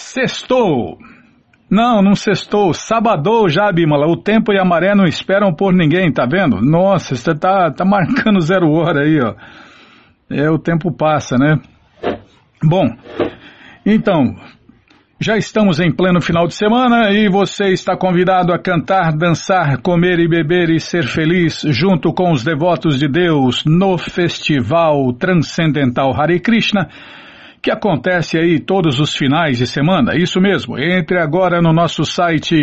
Sextou! Não, não sextou, sabadou já, Bímola. O tempo e a maré não esperam por ninguém, tá vendo? Nossa, você tá marcando 0 hora aí, ó. O tempo passa, né? Bom, então, já estamos em pleno final de semana e você está convidado a cantar, dançar, comer e beber e ser feliz junto com os devotos de Deus no Festival Transcendental Hare Krishna, que acontece aí todos os finais de semana. Isso mesmo, entre agora no nosso site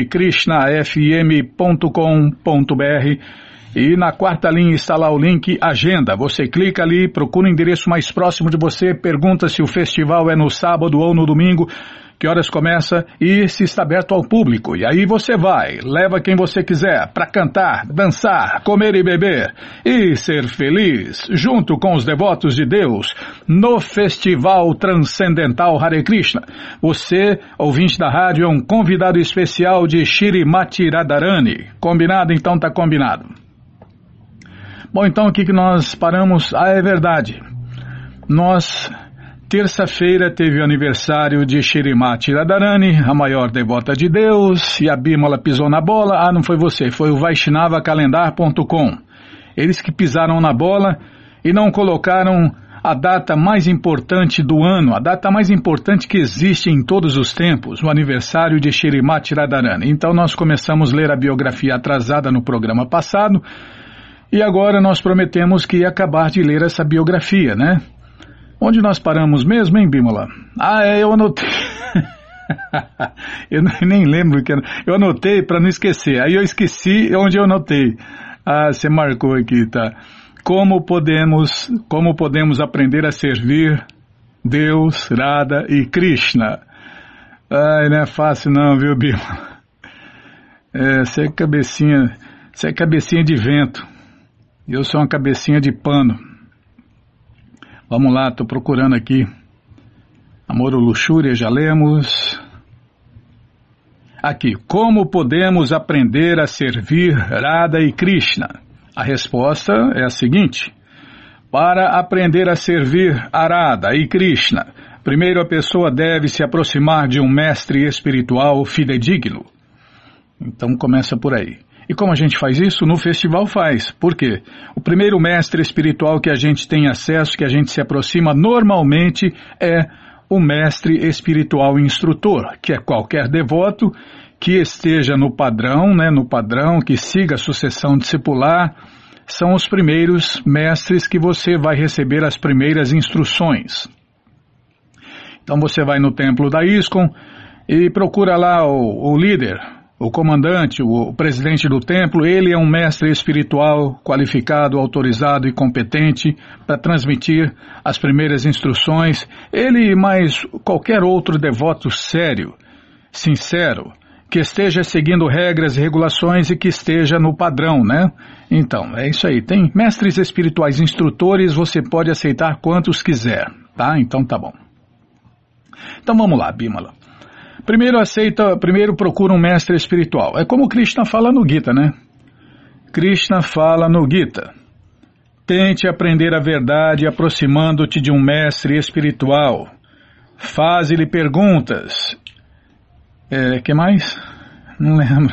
krishnafm.com.br e na quarta linha está lá o link Agenda. Você clica ali, procura o endereço mais próximo de você, pergunta se o festival é no sábado ou no domingo, que horas começa e se está aberto ao público. E aí você vai, leva quem você quiser para cantar, dançar, comer e beber e ser feliz junto com os devotos de Deus no Festival Transcendental Hare Krishna. Você, ouvinte da rádio, é um convidado especial de Shrimati Radharani. Combinado? Então tá combinado. Bom, então o que nós paramos? É verdade. Terça-feira teve o aniversário de Shrimati Radharani, a maior devota de Deus, e a Bímola pisou na bola. Não foi você, foi o VaishnavaCalendar.com. Eles que pisaram na bola e não colocaram a data mais importante do ano, a data mais importante que existe em todos os tempos, o aniversário de Shrimati Radharani. Então nós começamos a ler a biografia atrasada no programa passado, e agora nós prometemos que ia acabar de ler essa biografia, né? Onde nós paramos mesmo, hein, Bímola? Eu anotei. Eu nem lembro que eu anotei para não esquecer. Aí eu esqueci onde eu anotei. Você marcou aqui, tá? Como podemos aprender a servir Deus, Radha e Krishna? Não é fácil não, viu, Bímola? Você é cabecinha de vento. Eu sou uma cabecinha de pano. Vamos lá, estou procurando aqui. Amor ou Luxúria, já lemos. Aqui, como podemos aprender a servir Radha e Krishna? A resposta é a seguinte: para aprender a servir a Radha e Krishna, primeiro a pessoa deve se aproximar de um mestre espiritual fidedigno. Então começa por aí. E como a gente faz isso? No festival faz. Por quê? O primeiro mestre espiritual que a gente tem acesso, que a gente se aproxima normalmente, é o mestre espiritual instrutor, que é qualquer devoto que esteja no padrão, que siga a sucessão discipular. São os primeiros mestres que você vai receber as primeiras instruções. Então você vai no templo da ISKCON e procura lá o líder, o comandante, o presidente do templo. Ele é um mestre espiritual qualificado, autorizado e competente para transmitir as primeiras instruções. Ele, mais qualquer outro devoto sério, sincero, que esteja seguindo regras e regulações e que esteja no padrão, né? Então, é isso aí. Tem mestres espirituais instrutores, você pode aceitar quantos quiser, tá? Então tá bom. Então vamos lá, Bímola. Primeiro procura um mestre espiritual. É como Krishna fala no Gita, né? Krishna fala no Gita: tente aprender a verdade aproximando-te de um mestre espiritual. Faze-lhe perguntas. Que mais? Não lembro.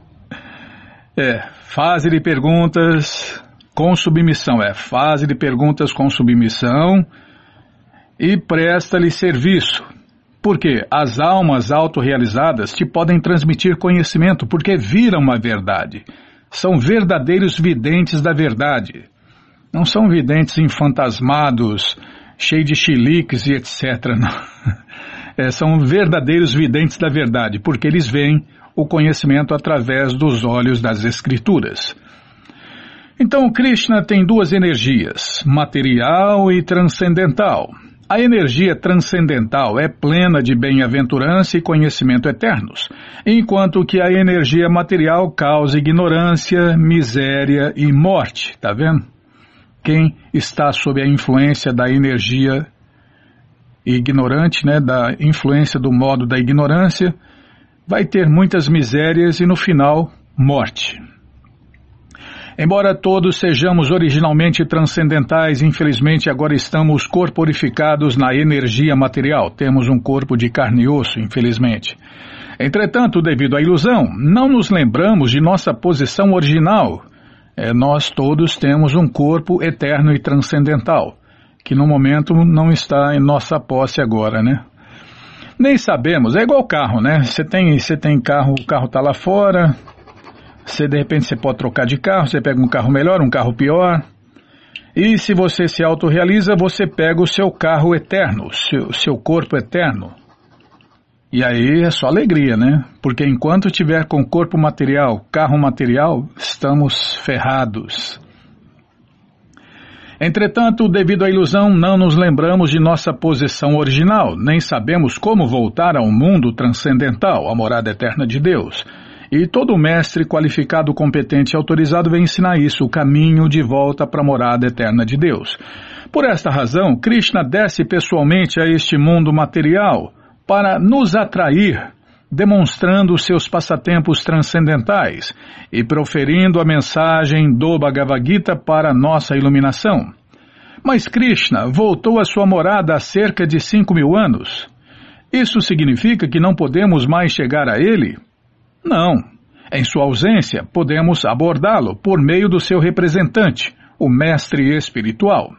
Faze-lhe perguntas com submissão. Faze-lhe perguntas com submissão e presta-lhe serviço. Porque as almas autorrealizadas te podem transmitir conhecimento, porque viram a verdade. São verdadeiros videntes da verdade. Não são videntes enfantasmados, cheios de chiliques e etc. Não. São verdadeiros videntes da verdade, porque eles veem o conhecimento através dos olhos das Escrituras. Então, Krishna tem duas energias, material e transcendental. A energia transcendental é plena de bem-aventurança e conhecimento eternos, enquanto que a energia material causa ignorância, miséria e morte. Tá vendo? Quem está sob a influência da energia ignorante, da influência do modo da ignorância, vai ter muitas misérias e, no final, morte. Embora todos sejamos originalmente transcendentais, infelizmente agora estamos corporificados na energia material. Temos um corpo de carne e osso, infelizmente. Entretanto, devido à ilusão, não nos lembramos de nossa posição original. Nós todos temos um corpo eterno e transcendental, que no momento não está em nossa posse agora, né? Nem sabemos, é igual carro, né? Você tem carro, o carro está lá fora, de repente você pode trocar de carro, você pega um carro melhor, um carro pior, e se você se autorrealiza, você pega o seu carro eterno, seu corpo eterno. E aí é só alegria, né? Porque enquanto tiver com corpo material, carro material, estamos ferrados. Entretanto, devido à ilusão, não nos lembramos de nossa posição original, nem sabemos como voltar ao mundo transcendental, a morada eterna de Deus. E todo mestre qualificado, competente e autorizado vem ensinar isso, o caminho de volta para a morada eterna de Deus. Por esta razão, Krishna desce pessoalmente a este mundo material para nos atrair, demonstrando seus passatempos transcendentais e proferindo a mensagem do Bhagavad Gita para nossa iluminação. Mas Krishna voltou à sua morada há cerca de 5.000 anos. Isso significa que não podemos mais chegar a ele? Não. Em sua ausência, podemos abordá-lo por meio do seu representante, o Mestre Espiritual.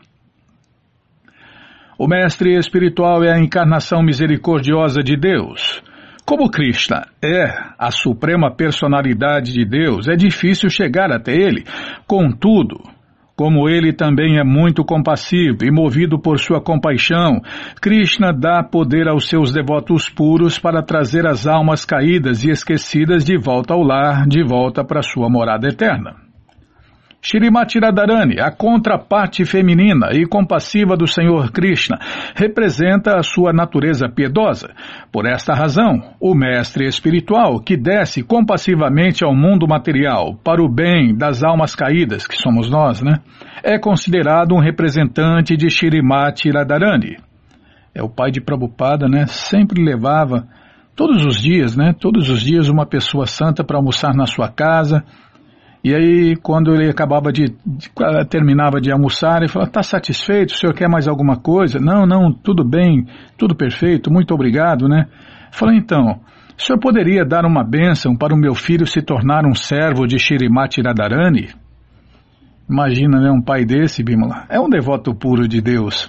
O Mestre Espiritual é a encarnação misericordiosa de Deus. Como Krishna é a suprema personalidade de Deus, é difícil chegar até ele. Contudo, como ele também é muito compassivo e movido por sua compaixão, Krishna dá poder aos seus devotos puros para trazer as almas caídas e esquecidas de volta ao lar, de volta para sua morada eterna. Shrimati Radharani, a contraparte feminina e compassiva do Senhor Krishna, representa a sua natureza piedosa. Por esta razão, o mestre espiritual que desce compassivamente ao mundo material para o bem das almas caídas, que somos nós, né, é considerado um representante de Shrimati Radharani. O pai de Prabhupada, né, sempre levava todos os dias uma pessoa santa para almoçar na sua casa. E aí, quando ele terminava de almoçar, ele falava, está satisfeito? O senhor quer mais alguma coisa? Não, tudo bem, tudo perfeito, muito obrigado, né? Eu falei, então, o senhor poderia dar uma bênção para o meu filho se tornar um servo de Shrimati Radharani? Imagina, né, um pai desse, Bimala. É um devoto puro de Deus.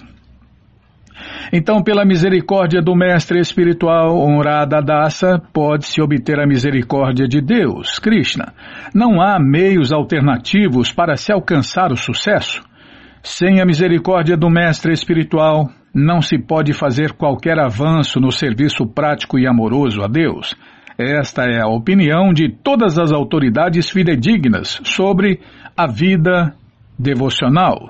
Então, pela misericórdia do mestre espiritual Honrada Dasa, pode-se obter a misericórdia de Deus, Krishna. Não há meios alternativos para se alcançar o sucesso. Sem a misericórdia do mestre espiritual, não se pode fazer qualquer avanço no serviço prático e amoroso a Deus. Esta é a opinião de todas as autoridades fidedignas sobre a vida devocional.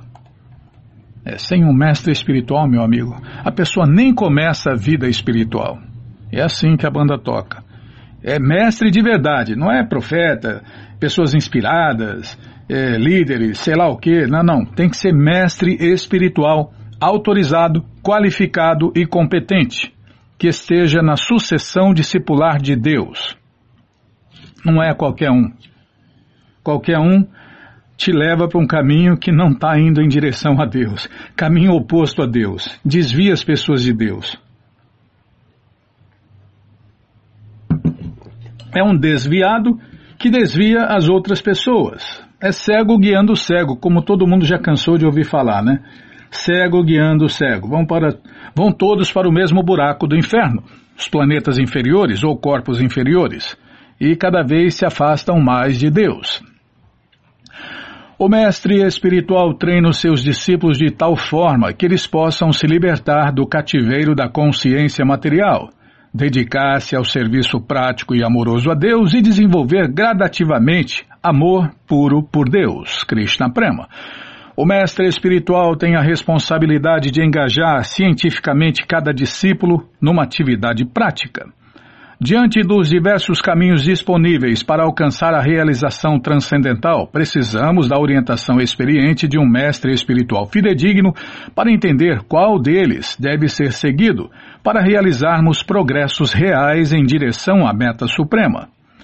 Sem um mestre espiritual, meu amigo, a pessoa nem começa a vida espiritual. É assim que a banda toca. É mestre de verdade, não é profeta, pessoas inspiradas, líderes, sei lá o quê. Não. Tem que ser mestre espiritual, autorizado, qualificado e competente, que esteja na sucessão discipular de Deus. Não é qualquer um. Qualquer um te leva para um caminho que não está indo em direção a Deus, caminho oposto a Deus, desvia as pessoas de Deus. É um desviado que desvia as outras pessoas. É cego guiando o cego, como todo mundo já cansou de ouvir falar, né? Cego guiando o cego. Vão todos para o mesmo buraco do inferno, os planetas inferiores ou corpos inferiores, e cada vez se afastam mais de Deus. O mestre espiritual treina os seus discípulos de tal forma que eles possam se libertar do cativeiro da consciência material, dedicar-se ao serviço prático e amoroso a Deus e desenvolver gradativamente amor puro por Deus, Krishna Prema. O mestre espiritual tem a responsabilidade de engajar cientificamente cada discípulo numa atividade prática. Diante dos diversos caminhos disponíveis para alcançar a realização transcendental, precisamos da orientação experiente de um mestre espiritual fidedigno para entender qual deles deve ser seguido para realizarmos progressos reais em direção à meta suprema.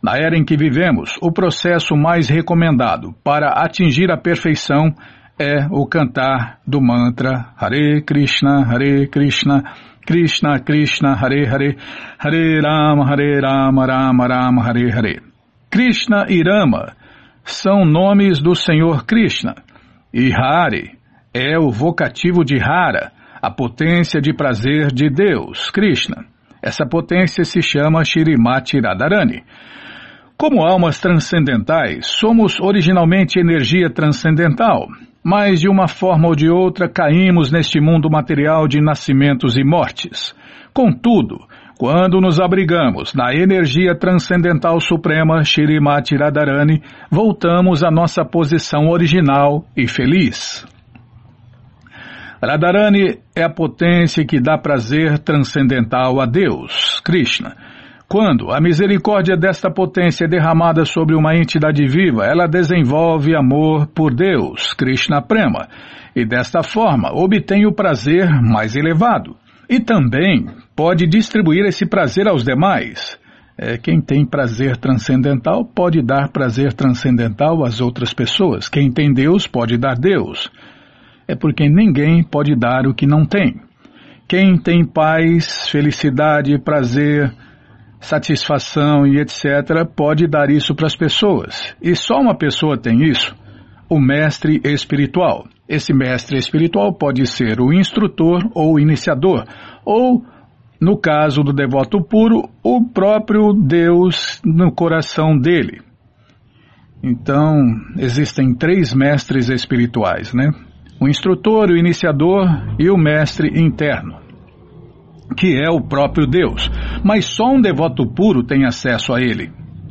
Na era em que vivemos, o processo mais recomendado para atingir a perfeição é o cantar do mantra Hare Krishna, Krishna Krishna, Hare Hare, Hare Rama, Rama Rama, Hare Hare. Krishna e Rama são nomes do Senhor Krishna, e Hare é o vocativo de Hara, a potência de prazer de Deus, Krishna. Essa potência se chama Shrimati Radharani. Como almas transcendentais, somos originalmente energia transcendental, mas de uma forma ou de outra caímos neste mundo material de nascimentos e mortes. Contudo, quando nos abrigamos na energia transcendental suprema Shrimati Radharani, voltamos à nossa posição original e feliz. Radharani é a potência que dá prazer transcendental a Deus, Krishna. Quando a misericórdia desta potência é derramada sobre uma entidade viva, ela desenvolve amor por Deus, Krishna Prema, e desta forma obtém o prazer mais elevado. E também pode distribuir esse prazer aos demais. Quem tem prazer transcendental pode dar prazer transcendental às outras pessoas. Quem tem Deus pode dar Deus. É porque ninguém pode dar o que não tem. Quem tem paz, felicidade, prazer, satisfação e etc., pode dar isso para as pessoas. E só uma pessoa tem isso, o mestre espiritual. Esse mestre espiritual pode ser o instrutor ou o iniciador, ou, no caso do devoto puro, o próprio Deus no coração dele. Então, existem 3 mestres espirituais, né? O instrutor, o iniciador e o mestre interno, que é o próprio Deus. Mas só um devoto puro tem acesso a ele.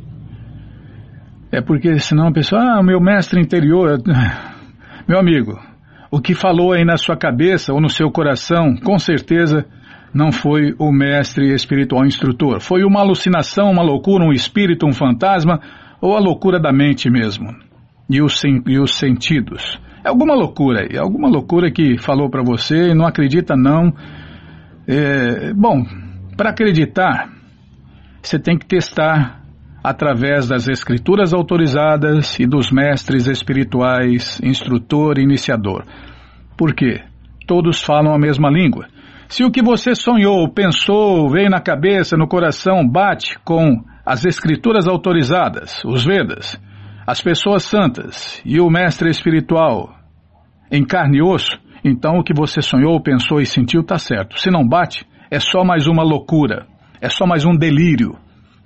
É porque senão a pessoa, meu mestre interior... Meu amigo, o que falou aí na sua cabeça ou no seu coração, com certeza não foi o mestre espiritual instrutor. Foi uma alucinação, uma loucura, um espírito, um fantasma, ou a loucura da mente mesmo. E os sentidos. É alguma loucura que falou para você e não acredita não. Bom, para acreditar, você tem que testar através das escrituras autorizadas e dos mestres espirituais, instrutor e iniciador. Por quê? Todos falam a mesma língua. Se o que você sonhou, pensou, veio na cabeça, no coração, bate com as escrituras autorizadas, os Vedas, as pessoas santas e o mestre espiritual em carne e osso, então o que você sonhou, pensou e sentiu está certo. Se não bate, é só mais uma loucura, é só mais um delírio.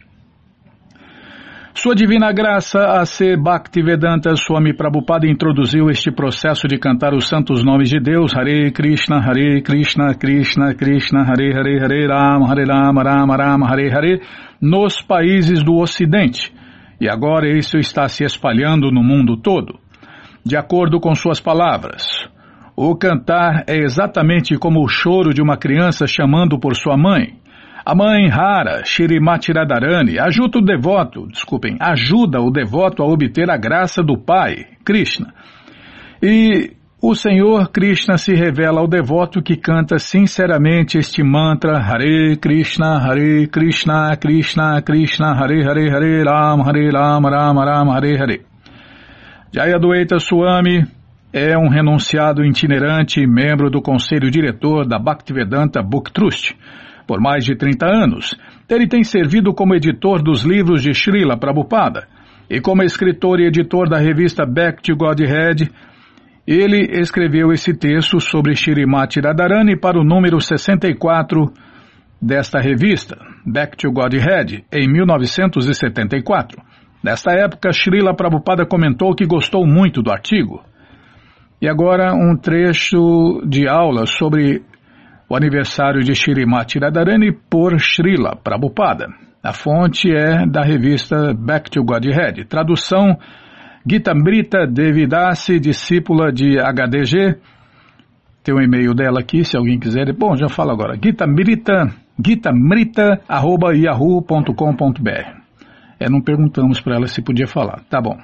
Sua Divina Graça, A.C. Bhaktivedanta Swami Prabhupada introduziu este processo de cantar os santos nomes de Deus, Hare Krishna, Krishna Krishna, Hare Hare, Hare Rama, Rama Rama, Hare Hare, nos países do Ocidente. E agora isso está se espalhando no mundo todo. De acordo com suas palavras, o cantar é exatamente como o choro de uma criança chamando por sua mãe. A mãe Hara, Shrimati Radharani, ajuda o devoto a obter a graça do pai, Krishna. E o Senhor Krishna se revela ao devoto que canta sinceramente este mantra Hare Krishna, Krishna Krishna, Hare Hare, Hare Rama, Rama Rama, Hare Hare. Jayadvaita Swami é um renunciado itinerante e membro do conselho diretor da Bhaktivedanta Book Trust. Por mais de 30 anos, ele tem servido como editor dos livros de Srila Prabhupada e como escritor e editor da revista Back to Godhead. Ele escreveu esse texto sobre Shrimati Radharani para o número 64 desta revista, Back to Godhead, em 1974. Nesta época, Srila Prabhupada comentou que gostou muito do artigo. E agora um trecho de aula sobre o aniversário de Shrimati Radharani por Srila Prabhupada. A fonte é da revista Back to Godhead. Tradução Gitamrita Devidasi, discípula de HDG. Tem um e-mail dela aqui, se alguém quiser. Bom, já falo agora. gitamrita@yahoo.com.br. Não perguntamos para ela se podia falar. Tá bom.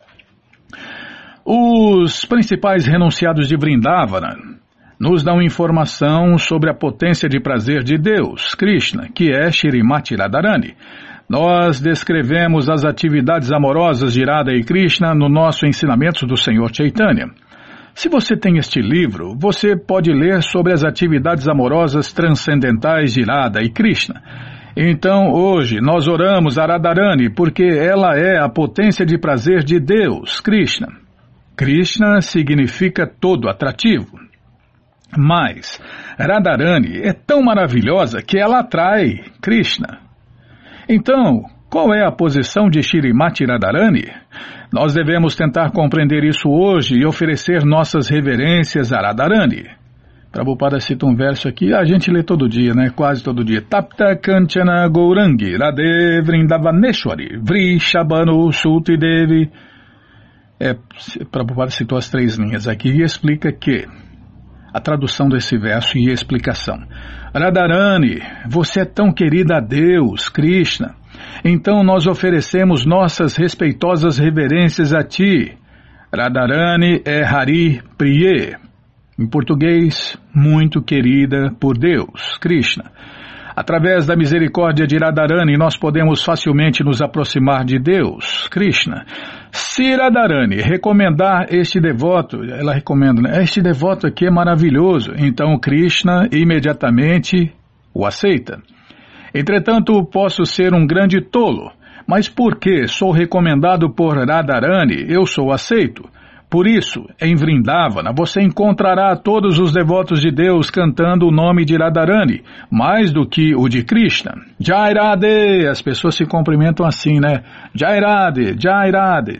Os principais renunciados de Vrindavana nos dão informação sobre a potência de prazer de Deus, Krishna, que é Shrimati Radharani. Nós descrevemos as atividades amorosas de Radha e Krishna no nosso ensinamento do Senhor Chaitanya. Se você tem este livro, você pode ler sobre as atividades amorosas transcendentais de Radha e Krishna. Então, hoje, nós oramos a Radharani porque ela é a potência de prazer de Deus, Krishna. Krishna significa todo atrativo. Mas Radharani é tão maravilhosa que ela atrai Krishna. Então, qual é a posição de Shrimati Radharani? Nós devemos tentar compreender isso hoje e oferecer nossas reverências a Radharani. Prabhupada cita um verso aqui, a gente lê todo dia, né? Quase todo dia. Tapta Kanchana Gourangi Radhe Vrindavaneshwari Vrishabhanu Suti Devi. Prabhupada citou as 3 linhas aqui e explica que a tradução desse verso e a explicação. Radharani, você é tão querida a Deus, Krishna. Então nós oferecemos nossas respeitosas reverências a ti. Radharani é Hari Priye. Em português, muito querida por Deus, Krishna. Através da misericórdia de Radharani, nós podemos facilmente nos aproximar de Deus, Krishna. Se Radharani recomendar este devoto, ela recomenda, né? Este devoto aqui é maravilhoso, então Krishna imediatamente o aceita. Entretanto, posso ser um grande tolo, mas porque sou recomendado por Radharani, eu sou aceito. Por isso, em Vrindavana, você encontrará todos os devotos de Deus cantando o nome de Radharani, mais do que o de Krishna. Jai Radhe! As pessoas se cumprimentam assim, né? Jai Radhe! Jai Radhe!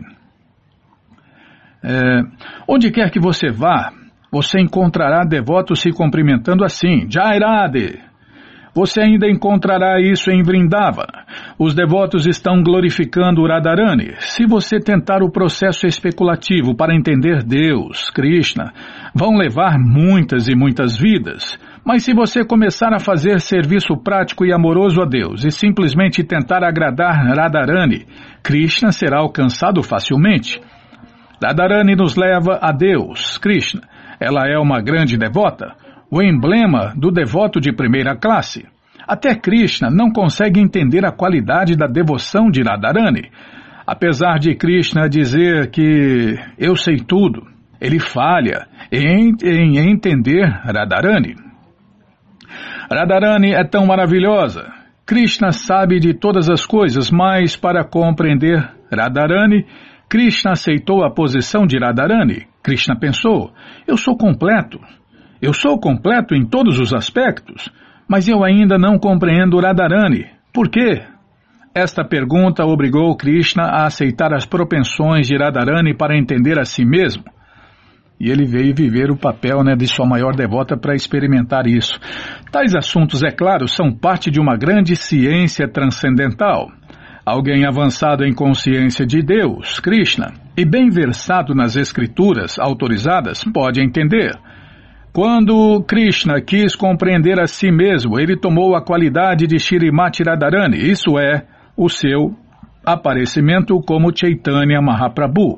Onde quer que você vá, você encontrará devotos se cumprimentando assim. Jai Radhe! Você ainda encontrará isso em Vrindavana. Os devotos estão glorificando Radharani. Se você tentar o processo especulativo para entender Deus, Krishna, vão levar muitas e muitas vidas. Mas se você começar a fazer serviço prático e amoroso a Deus e simplesmente tentar agradar Radharani, Krishna será alcançado facilmente. Radharani nos leva a Deus, Krishna. Ela é uma grande devota, o emblema do devoto de primeira classe. Até Krishna não consegue entender a qualidade da devoção de Radharani. Apesar de Krishna dizer que eu sei tudo, ele falha em entender Radharani. Radharani é tão maravilhosa. Krishna sabe de todas as coisas, mas para compreender Radharani, Krishna aceitou a posição de Radharani. Krishna pensou, eu sou completo em todos os aspectos, mas eu ainda não compreendo Radharani. Por quê? Esta pergunta obrigou Krishna a aceitar as propensões de Radharani para entender a si mesmo. E ele veio viver o papel, de sua maior devota para experimentar isso. Tais assuntos, é claro, são parte de uma grande ciência transcendental. Alguém avançado em consciência de Deus, Krishna, e bem versado nas escrituras autorizadas, pode entender. Quando Krishna quis compreender a si mesmo, ele tomou a qualidade de Shrimati Radharani, isso é, o seu aparecimento como Chaitanya Mahaprabhu.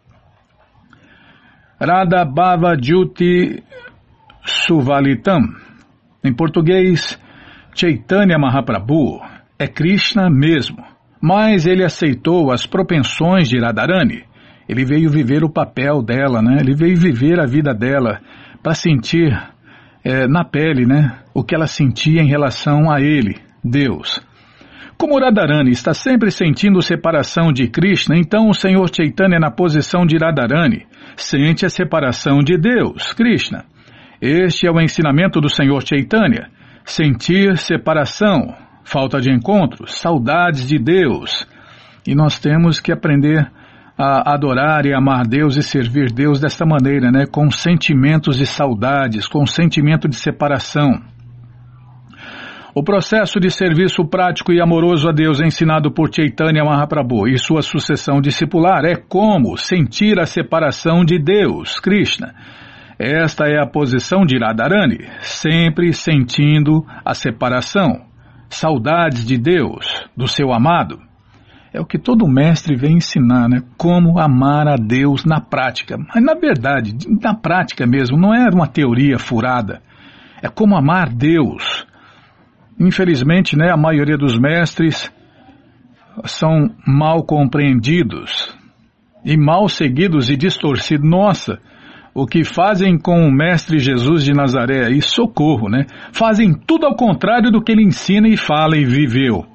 Radha Bhava Jyoti Suvalitam. Em português, Chaitanya Mahaprabhu é Krishna mesmo, mas ele aceitou as propensões de Radharani. Ele veio viver o papel dela, Ele veio viver a vida dela para sentir na pele, o que ela sentia em relação a ele, Deus. Como Radharani está sempre sentindo separação de Krishna, então o Senhor Chaitanya, na posição de Radharani, sente a separação de Deus, Krishna. Este é o ensinamento do Senhor Chaitanya, sentir separação, falta de encontro, saudades de Deus. E nós temos que aprender a adorar e amar Deus e servir Deus desta maneira, com sentimentos de saudades, com sentimento de separação. O processo de serviço prático e amoroso a Deus ensinado por Chaitanya Mahaprabhu e sua sucessão discipular é como sentir a separação de Deus, Krishna. Esta é a posição de Radharani, sempre sentindo a separação, saudades de Deus, do seu amado. É o que todo mestre vem ensinar, como amar a Deus na prática. Mas na verdade, na prática mesmo, não é uma teoria furada. É como amar Deus. Infelizmente, a maioria dos mestres são mal compreendidos e mal seguidos e distorcidos. Nossa, o que fazem com o Mestre Jesus de Nazaré, e socorro, né? Fazem tudo ao contrário do que ele ensina e fala e viveu.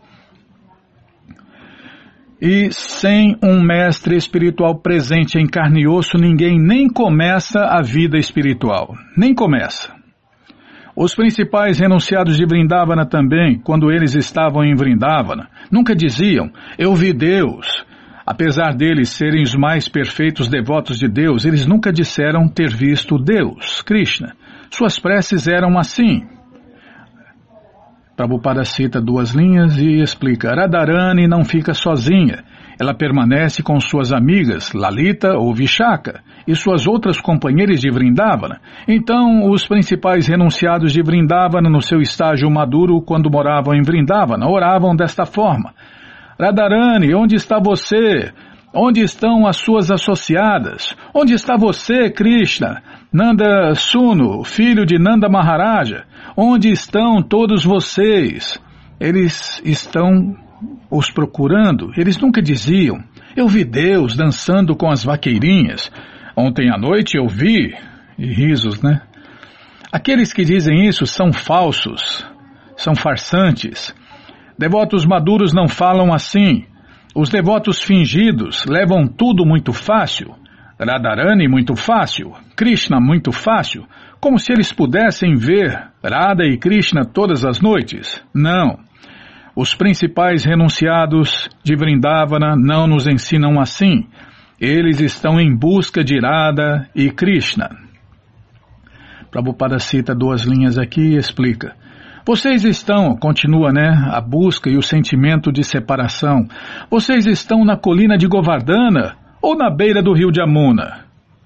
E sem um mestre espiritual presente em carne e osso, ninguém nem começa a vida espiritual. Nem começa. Os principais renunciados de Vrindavana também, quando eles estavam em Vrindavana, nunca diziam, eu vi Deus. Apesar deles serem os mais perfeitos devotos de Deus, eles nunca disseram ter visto Deus, Krishna. Suas preces eram assim. Prabhupada cita 2 linhas e explica, Radharani não fica sozinha, ela permanece com suas amigas, Lalita ou Vishaka, e suas outras companheiras de Vrindavana. Então, os principais renunciados de Vrindavana, no seu estágio maduro, quando moravam em Vrindavana, oravam desta forma, Radharani, onde está você? Onde estão as suas associadas? Onde está você, Krishna? Nanda Sunu, filho de Nanda Maharaja? Onde estão todos vocês? Eles estão os procurando. Eles nunca diziam, eu vi Deus dançando com as vaqueirinhas. Ontem à noite eu vi. E risos, né? Aqueles que dizem isso são falsos, são farsantes. Devotos maduros não falam assim. Os devotos fingidos levam tudo muito fácil. Radharani muito fácil, Krishna muito fácil, como se eles pudessem ver Radha e Krishna todas as noites. Não. Os principais renunciados de Vrindavana não nos ensinam assim. Eles estão em busca de Radha e Krishna. Prabhupada cita 2 linhas aqui e explica. Vocês estão, continua, a busca e o sentimento de separação. Vocês estão na colina de Govardhana ou na beira do rio de Amuna?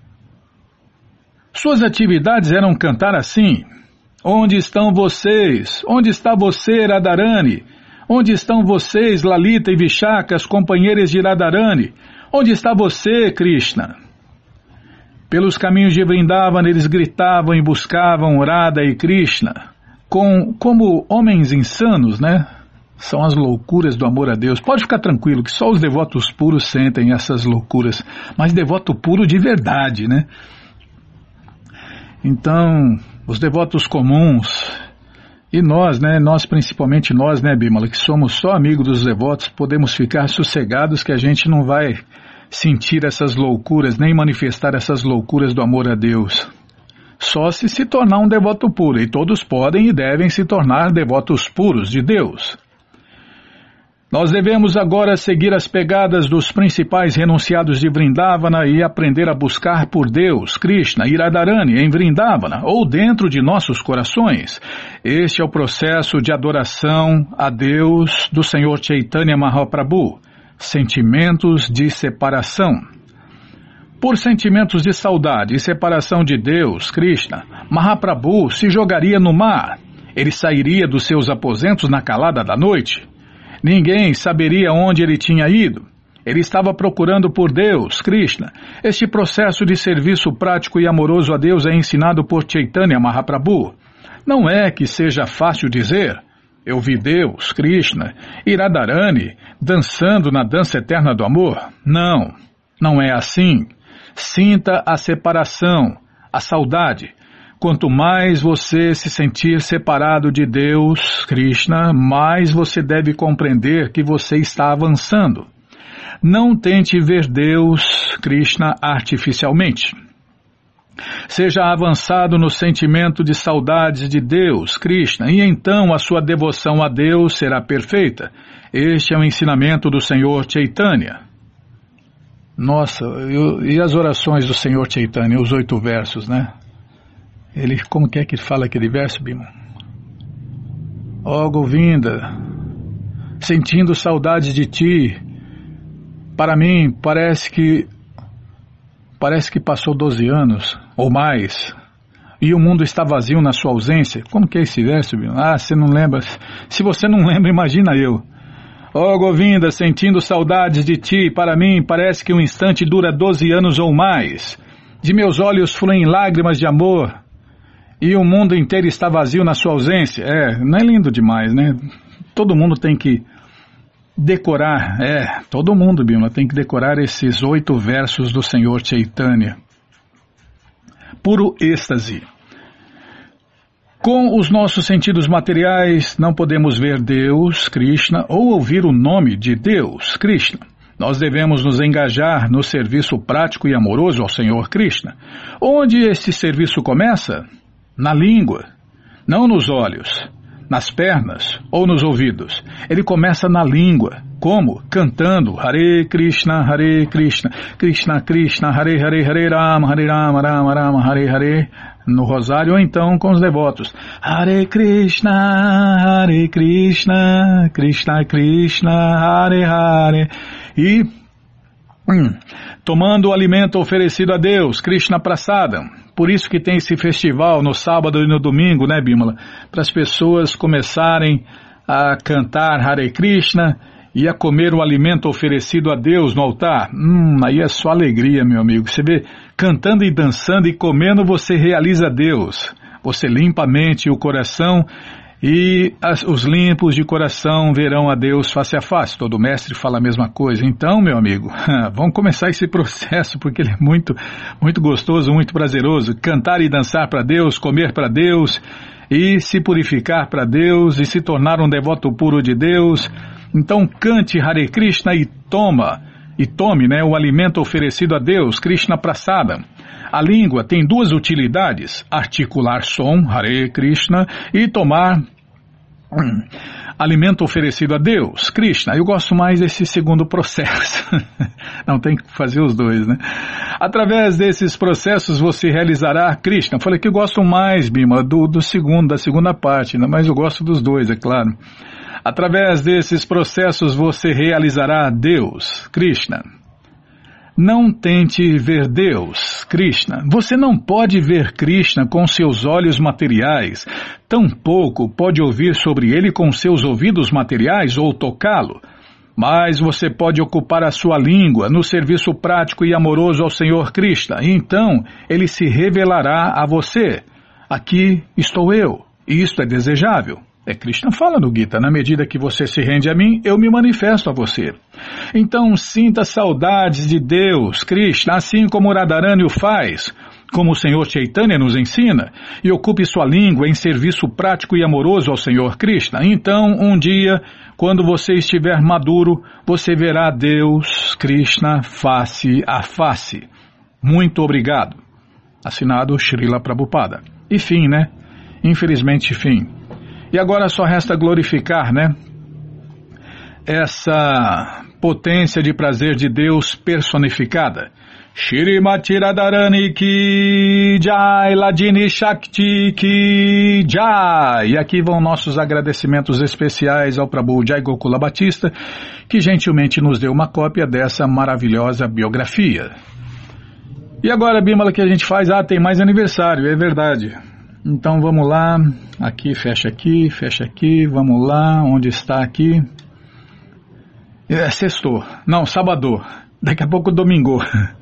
Suas atividades eram cantar assim. Onde estão vocês? Onde está você, Radharani? Onde estão vocês, Lalita e Vishaka, as companheiras de Radharani? Onde está você, Krishna? Pelos caminhos de Vrindavana eles gritavam e buscavam Radha e Krishna. Como homens insanos, São as loucuras do amor a Deus. Pode ficar tranquilo que só os devotos puros sentem essas loucuras. Mas devoto puro de verdade, Então, os devotos comuns, e nós, Nós, principalmente nós, Bimala, que somos só amigos dos devotos, podemos ficar sossegados que a gente não vai sentir essas loucuras, nem manifestar essas loucuras do amor a Deus. Só se tornar um devoto puro, e todos podem e devem se tornar devotos puros de Deus. Nós devemos agora seguir as pegadas dos principais renunciados de Vrindavana e aprender a buscar por Deus, Krishna e Radharani em Vrindavana, ou dentro de nossos corações. Este é o processo de adoração a Deus do Senhor Chaitanya Mahaprabhu, sentimentos de separação. Por sentimentos de saudade e separação de Deus, Krishna, Mahaprabhu se jogaria no mar. Ele sairia dos seus aposentos na calada da noite. Ninguém saberia onde ele tinha ido. Ele estava procurando por Deus, Krishna. Este processo de serviço prático e amoroso a Deus é ensinado por Chaitanya Mahaprabhu. Não é que seja fácil dizer, eu vi Deus, Krishna, e Radharani dançando na dança eterna do amor. Não, não é assim. Sinta a separação, a saudade. Quanto mais você se sentir separado de Deus, Krishna, mais você deve compreender que você está avançando. Não tente ver Deus, Krishna, artificialmente. Seja avançado no sentimento de saudades de Deus, Krishna, e então a sua devoção a Deus será perfeita. Este é o ensinamento do Senhor Chaitanya. Nossa, e as orações do Senhor Chaitanya, os 8 versos, Ele, como que é que fala aquele verso, Bima? Ó Govinda, sentindo saudades de ti, para mim parece que passou 12 anos, ou mais, e o mundo está vazio na sua ausência. Como que é esse verso, Bima? Você não lembra? Se você não lembra, imagina eu. Ó Govinda, sentindo saudades de ti, para mim parece que um instante dura 12 anos ou mais. De meus olhos fluem lágrimas de amor, e o mundo inteiro está vazio na sua ausência. Não é lindo demais, Todo mundo tem que decorar, todo mundo, Bímola, tem que decorar esses 8 versos do Senhor Chaitanya. Puro êxtase. Com os nossos sentidos materiais, não podemos ver Deus, Krishna, ou ouvir o nome de Deus, Krishna. Nós devemos nos engajar no serviço prático e amoroso ao Senhor Krishna. Onde esse serviço começa? Na língua, não nos olhos, nas pernas ou nos ouvidos. Ele começa na língua. Como? Cantando Hare Krishna, Krishna Krishna, Hare Hare, Hare Rama, Rama Rama, Hare Hare, no rosário, ou então com os devotos. Hare Krishna, Krishna Krishna, Hare Hare. E tomando o alimento oferecido a Deus, Krishna Prasadam. Por isso que tem esse festival no sábado e no domingo, né, Bímola? Para as pessoas começarem a cantar Hare Krishna e a comer o alimento oferecido a Deus no altar. Aí é só alegria, meu amigo. Você vê, cantando e dançando e comendo, você realiza Deus. Você limpa a mente e o coração, e os limpos de coração verão a Deus face a face. Todo mestre fala a mesma coisa. Então, meu amigo, vamos começar esse processo, porque ele é muito, muito gostoso, muito prazeroso. Cantar e dançar para Deus, comer para Deus, e se purificar para Deus, e se tornar um devoto puro de Deus. Então cante Hare Krishna e tome, né, o alimento oferecido a Deus, Krishna Prasadam. A língua tem 2 utilidades: articular som, Hare Krishna, e tomar alimento oferecido a Deus, Krishna. Eu gosto mais desse segundo processo. Não, tem que fazer os 2, né? Através desses processos você realizará Krishna. Falei que eu gosto mais, Bima, da segunda parte, né? Mas eu gosto dos 2, é claro. Através desses processos você realizará Deus, Krishna. Não tente ver Deus, Krishna. Você não pode ver Krishna com seus olhos materiais, tampouco pode ouvir sobre ele com seus ouvidos materiais ou tocá-lo. Mas você pode ocupar a sua língua no serviço prático e amoroso ao Senhor Krishna, e então ele se revelará a você. Aqui estou eu, e isto é desejável. Krishna fala no Gita: na medida que você se rende a mim, eu me manifesto a você. Então sinta saudades de Deus, Krishna, assim como Radharani o faz, como o Senhor Chaitanya nos ensina, e ocupe sua língua em serviço prático e amoroso ao Senhor Krishna. Então, um dia, quando você estiver maduro, você verá Deus, Krishna, face a face. Muito obrigado. Assinado Srila Prabhupada. E fim, né? Infelizmente, fim. E agora só resta glorificar, né? Essa potência de prazer de Deus personificada. Shrimati Radharani Ki Jai, Ladini Shakti Ki Jai. E aqui vão nossos agradecimentos especiais ao Prabhu Jai Gokula Batista, que gentilmente nos deu uma cópia dessa maravilhosa biografia. E agora, Bimala, que a gente faz? Tem mais aniversário, é verdade. Então vamos lá, aqui, fecha aqui, vamos lá, onde está aqui? Sextou, não, sábado, daqui a pouco domingo.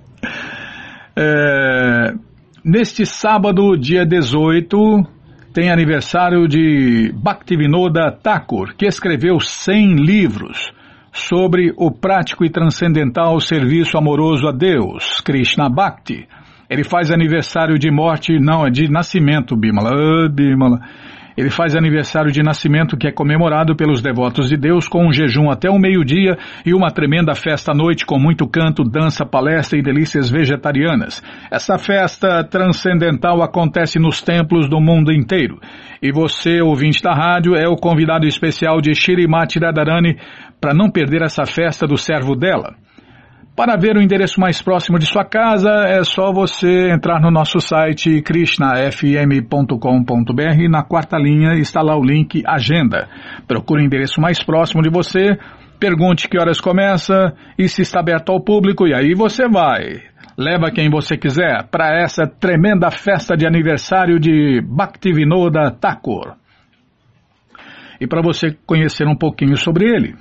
Neste sábado, dia 18, tem aniversário de Bhaktivinoda Thakur, que escreveu 100 livros sobre o prático e transcendental serviço amoroso a Deus, Krishna Bhakti. Ele faz aniversário de morte, não, é de nascimento, Bimala. Bimala. Ele faz aniversário de nascimento que é comemorado pelos devotos de Deus com um jejum até o meio-dia e uma tremenda festa à noite com muito canto, dança, palestra e delícias vegetarianas. Essa festa transcendental acontece nos templos do mundo inteiro. E você, ouvinte da rádio, é o convidado especial de Shrimati Radharani para não perder essa festa do servo dela. Para ver o endereço mais próximo de sua casa, é só você entrar no nosso site krishnafm.com.br e na 4ª linha está lá o link Agenda. Procure o endereço mais próximo de você, pergunte que horas começa e se está aberto ao público, e aí você vai. Leva quem você quiser para essa tremenda festa de aniversário de Bhaktivinoda Thakur. E para você conhecer um pouquinho sobre ele.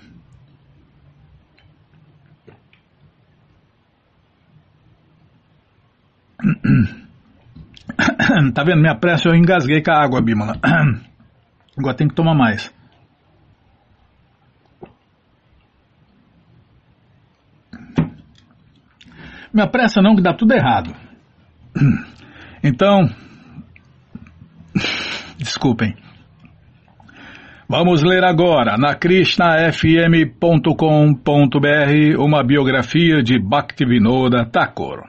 Tá vendo? Minha pressa, eu engasguei com a água, Bimala. Agora tem que tomar mais. Me apressa não que dá tudo errado. Então, desculpem. Vamos ler agora, na KrishnaFM.com.br, uma biografia de Bhaktivinoda Thakur.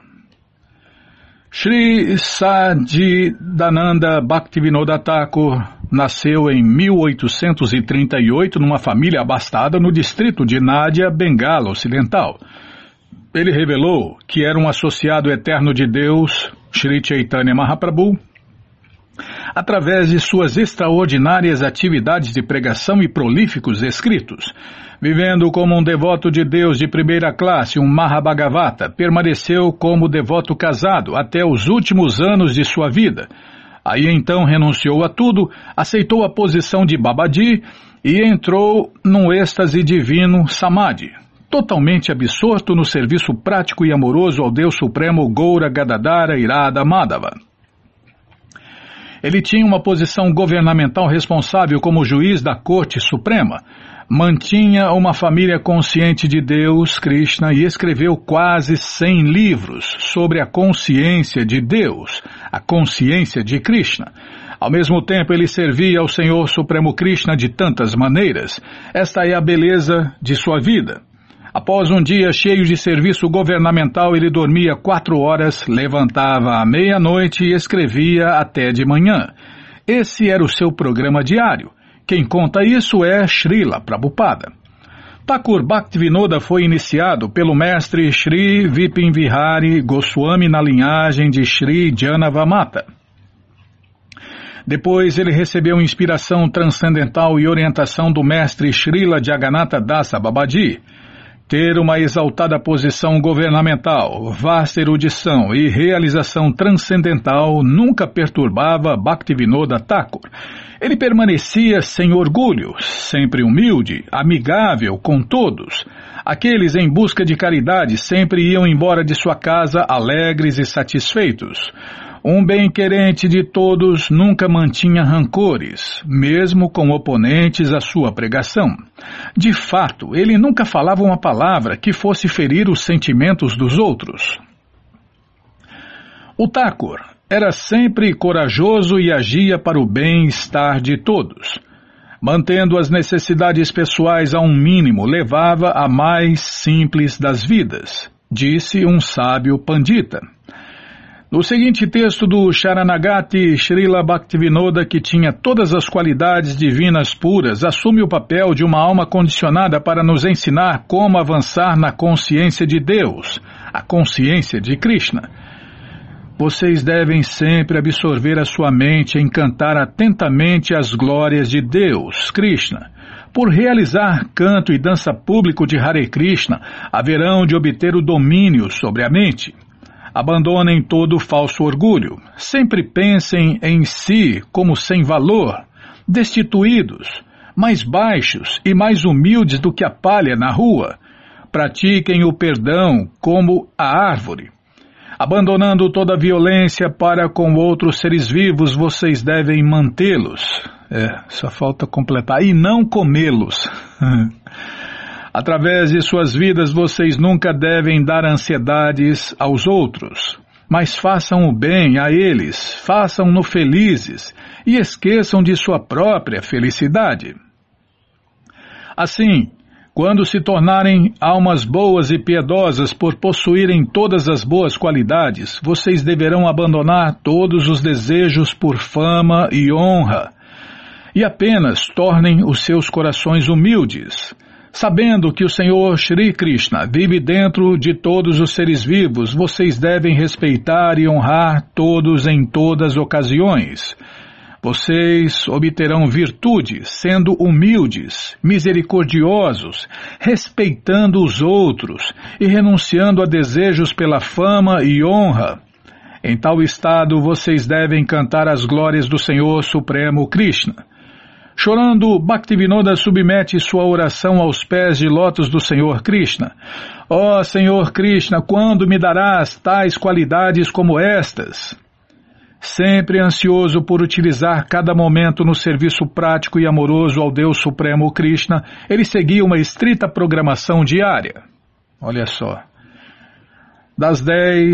Shri Sachidananda Bhaktivinoda Thakur nasceu em 1838 numa família abastada no distrito de Nádia, Bengala Ocidental. Ele revelou que era um associado eterno de Deus, Shri Chaitanya Mahaprabhu, através de suas extraordinárias atividades de pregação e prolíficos escritos. Vivendo como um devoto de Deus de primeira classe, um Mahabhagavata, permaneceu como devoto casado até os últimos anos de sua vida. Aí então renunciou a tudo, aceitou a posição de Babaji e entrou num êxtase divino Samadhi, totalmente absorto no serviço prático e amoroso ao Deus Supremo Gaura Gadadhara Irada Madhava. Ele tinha uma posição governamental responsável como juiz da Corte Suprema, mantinha uma família consciente de Deus, Krishna, e escreveu quase 100 livros sobre a consciência de Deus, a consciência de Krishna. Ao mesmo tempo, ele servia ao Senhor Supremo Krishna de tantas maneiras. Esta é a beleza de sua vida. Após um dia cheio de serviço governamental, ele dormia 4 horas, levantava à meia-noite e escrevia até de manhã. Esse era o seu programa diário. Quem conta isso é Srila Prabhupada. Thakur Bhaktivinoda foi iniciado pelo mestre Sri Vipin Vihari Goswami na linhagem de Sri Janavamata. Depois ele recebeu inspiração transcendental e orientação do mestre Srila Jagannatha Dasa Babaji. Ter uma exaltada posição governamental, vasta erudição e realização transcendental nunca perturbava Bhaktivinoda Thakur. Ele permanecia sem orgulho, sempre humilde, amigável com todos. Aqueles em busca de caridade sempre iam embora de sua casa alegres e satisfeitos. Um bem-querente de todos nunca mantinha rancores, mesmo com oponentes à sua pregação. De fato, ele nunca falava uma palavra que fosse ferir os sentimentos dos outros. O Thakur era sempre corajoso e agia para o bem-estar de todos. Mantendo as necessidades pessoais a um mínimo, levava a mais simples das vidas, disse um sábio pandita. No seguinte texto do Sharanagati, Srila Bhaktivinoda, que tinha todas as qualidades divinas puras, assume o papel de uma alma condicionada para nos ensinar como avançar na consciência de Deus, a consciência de Krishna. Vocês devem sempre absorver a sua mente e cantar atentamente as glórias de Deus, Krishna. Por realizar canto e dança público de Hare Krishna, haverão de obter o domínio sobre a mente. Abandonem todo falso orgulho. Sempre pensem em si como sem valor, destituídos, mais baixos e mais humildes do que a palha na rua. Pratiquem o perdão como a árvore. Abandonando toda a violência para com outros seres vivos, vocês devem mantê-los. Só falta completar. E não comê-los. Através de suas vidas, vocês nunca devem dar ansiedades aos outros, mas façam o bem a eles, façam-no felizes e esqueçam de sua própria felicidade. Assim, quando se tornarem almas boas e piedosas por possuírem todas as boas qualidades, vocês deverão abandonar todos os desejos por fama e honra, e apenas tornem os seus corações humildes. Sabendo que o Senhor Shri Krishna vive dentro de todos os seres vivos, vocês devem respeitar e honrar todos em todas as ocasiões. Vocês obterão virtude, sendo humildes, misericordiosos, respeitando os outros e renunciando a desejos pela fama e honra. Em tal estado, vocês devem cantar as glórias do Senhor Supremo Krishna. Chorando, Bhaktivinoda submete sua oração aos pés de lótus do Senhor Krishna. Ó Senhor Krishna, quando me darás tais qualidades como estas? Sempre ansioso por utilizar cada momento no serviço prático e amoroso ao Deus Supremo Krishna, ele seguia uma estrita programação diária. Olha só. Das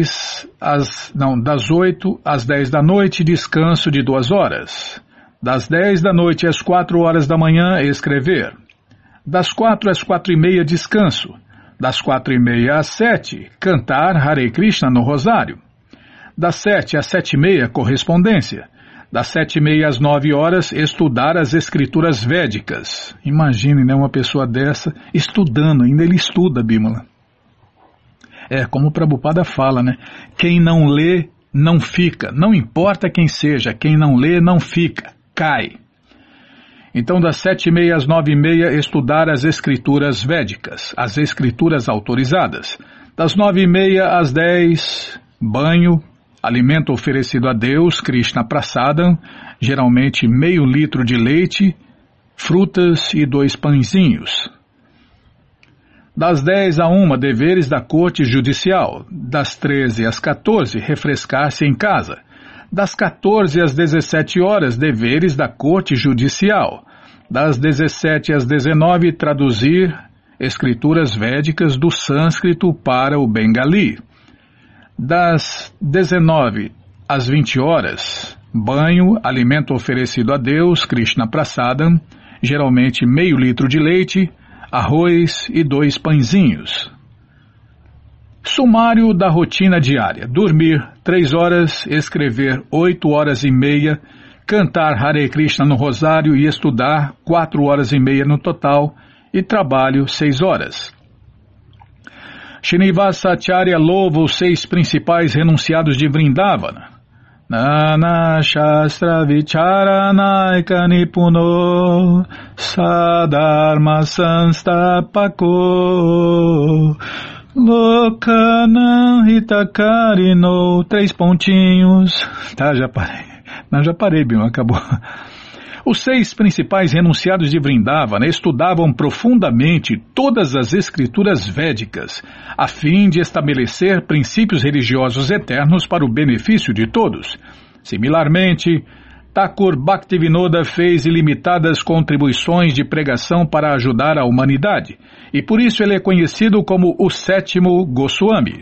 8 às 10 da noite, descanso de 2 horas. Das 10 da noite às 4 horas da manhã, escrever. Das 4 às 4:30, descanso. Das 4:30 às 7, cantar Hare Krishna no rosário. Das 7 às 7:30, correspondência. Das 7:30 às 9 horas, estudar as escrituras védicas. Imagine, né, uma pessoa dessa estudando, ainda ele estuda, Bímola. Como o Prabhupada fala, né? Quem não lê, não fica. Não importa quem seja, quem não lê, não fica. Cai. Então, das 7:30 às 9:30, estudar as escrituras védicas, as escrituras autorizadas. Das 9:30 às 10, banho, alimento oferecido a Deus, Krishna Prasadam, geralmente meio litro de leite, frutas e 2 pãezinhos. Das 10 a 1, deveres da corte judicial. Das 13 às 14, refrescar-se em casa. Das 14 às 17 horas, deveres da corte judicial. Das 17 às 19, traduzir escrituras védicas do sânscrito para o bengali. Das 19 às 20 horas, banho, alimento oferecido a Deus, Krishna Prasadam, geralmente meio litro de leite, arroz e 2 pãezinhos. Sumário da rotina diária. Dormir 3 horas, escrever 8 horas e meia, cantar Hare Krishna no rosário e estudar 4 horas e meia no total, e trabalho 6 horas. Srinivasacharya louva os 6 principais renunciados de Vrindavana. Nana Shastra Vicharanaika Nipuno Sadharma Sanstapako Lokanam Hitakarino 3 pontinhos. Tá, já parei. Não, já parei, Bim, acabou. Os 6 principais renunciados de Vrindavana estudavam profundamente todas as escrituras védicas, a fim de estabelecer princípios religiosos eternos para o benefício de todos. Similarmente, Thakur Bhaktivinoda fez ilimitadas contribuições de pregação para ajudar a humanidade, e por isso ele é conhecido como o 7º Goswami,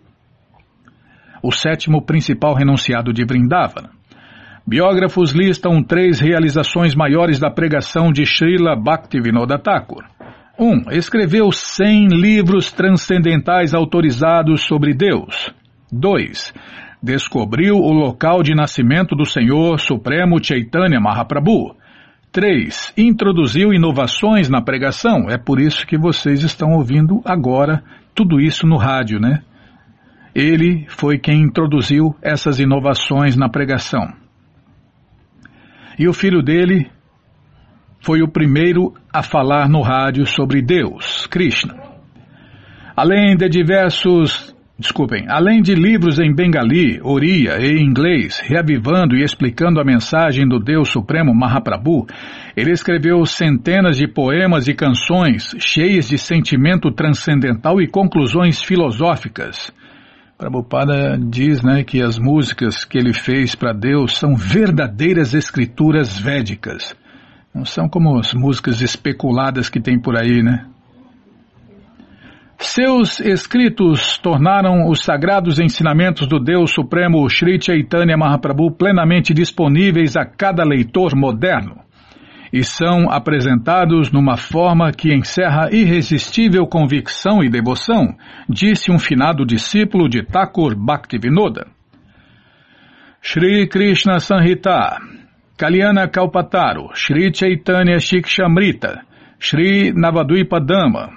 o 7º principal renunciado de Vrindavana. Biógrafos listam 3 realizações maiores da pregação de Srila Bhaktivinoda Thakur. 1. Escreveu 100 livros transcendentais autorizados sobre Deus. 2. Descobriu o local de nascimento do Senhor Supremo Chaitanya Mahaprabhu. 3. Introduziu inovações na pregação. É por isso que vocês estão ouvindo agora tudo isso no rádio, né? Ele foi quem introduziu essas inovações na pregação. E o filho dele foi o primeiro a falar no rádio sobre Deus, Krishna. Além de livros em bengali, oriya e inglês, reavivando e explicando a mensagem do Deus Supremo Mahaprabhu, ele escreveu centenas de poemas e canções cheias de sentimento transcendental e conclusões filosóficas. Prabhupada diz, né, que as músicas que ele fez para Deus são verdadeiras escrituras védicas. Não são como as músicas especuladas que tem por aí, né? Seus escritos tornaram os sagrados ensinamentos do Deus Supremo Sri Chaitanya Mahaprabhu plenamente disponíveis a cada leitor moderno e são apresentados numa forma que encerra irresistível convicção e devoção, disse um finado discípulo de Thakur Bhaktivinoda. Shri Krishna Samhita, Kalyana Kalpataru, Shri Chaitanya Shikshamrita, Shri Navadvipadama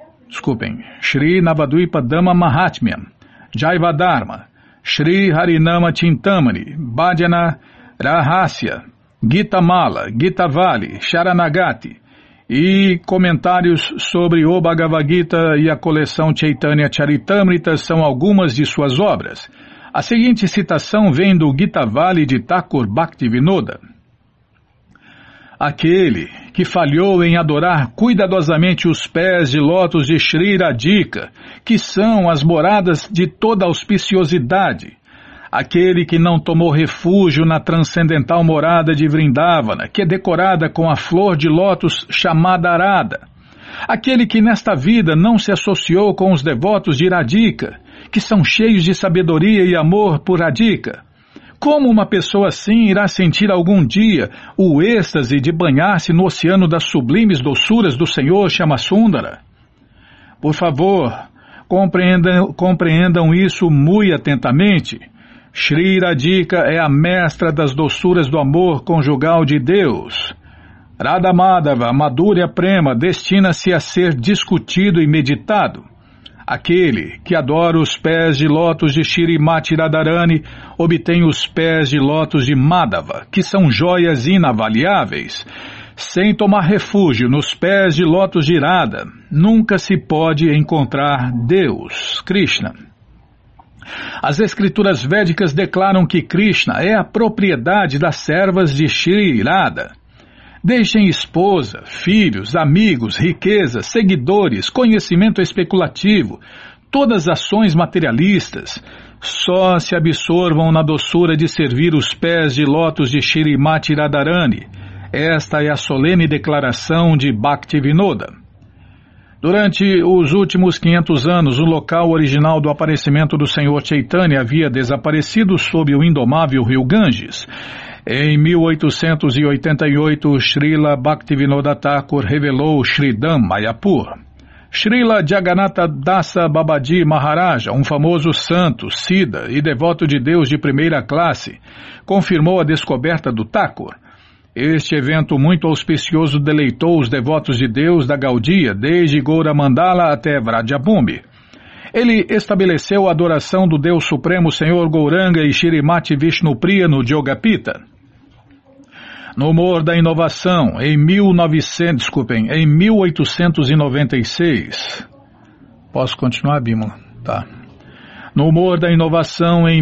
Mahatmyam, Jaivadharma, Shri Harinama Chintamani, Bhajana Rahasya, Gita Mala, Gita Vali, Sharanagati e comentários sobre o Bhagavad Gita e a coleção Chaitanya Charitamrita são algumas de suas obras. A seguinte citação vem do Gita Vali de Thakur Bhaktivinoda. Aquele que falhou em adorar cuidadosamente os pés de lótus de Shri Radhika, que são as moradas de toda auspiciosidade, aquele que não tomou refúgio na transcendental morada de Vrindavana, que é decorada com a flor de lótus chamada Arada, aquele que nesta vida não se associou com os devotos de Radhika que são cheios de sabedoria e amor por Radhika. Como uma pessoa assim irá sentir algum dia o êxtase de banhar-se no oceano das sublimes doçuras do Senhor Shyamasundara? Por favor, compreendam isso muito atentamente. Shri Radhika é a mestra das doçuras do amor conjugal de Deus. Radha Madhava, Madhurya Prema, destina-se a ser discutido e meditado. Aquele que adora os pés de lótus de Shrimati Radharani obtém os pés de lótus de Madhava, que são joias inavaliáveis. Sem tomar refúgio nos pés de lótus de Radha, nunca se pode encontrar Deus, Krishna. As escrituras védicas declaram que Krishna é a propriedade das servas de Shri Radha. Deixem esposa, filhos, amigos, riquezas, seguidores, conhecimento especulativo, todas as ações materialistas. Só se absorvam na doçura de servir os pés de lótus de Shrimati Radharani. Esta é a solene declaração de Bhaktivinoda. Durante os últimos 500 anos, o local original do aparecimento do Senhor Chaitanya havia desaparecido sob o indomável rio Ganges. Em 1888, Srila Bhaktivinoda Thakur revelou Sridham Mayapur. Srila Jagannatha Dasa Babaji Maharaja, um famoso santo, Siddha e devoto de Deus de primeira classe, confirmou a descoberta do Thakur. Este evento muito auspicioso deleitou os devotos de Deus da Gaudiya, desde Gaura Mandala até Vrajabhumi. Ele estabeleceu a adoração do Deus Supremo Senhor Gauranga e Shrimati Vishnupriya no Jogapita. No humor da inovação, em 1896... Posso continuar, Bímola? Tá. No humor da inovação, em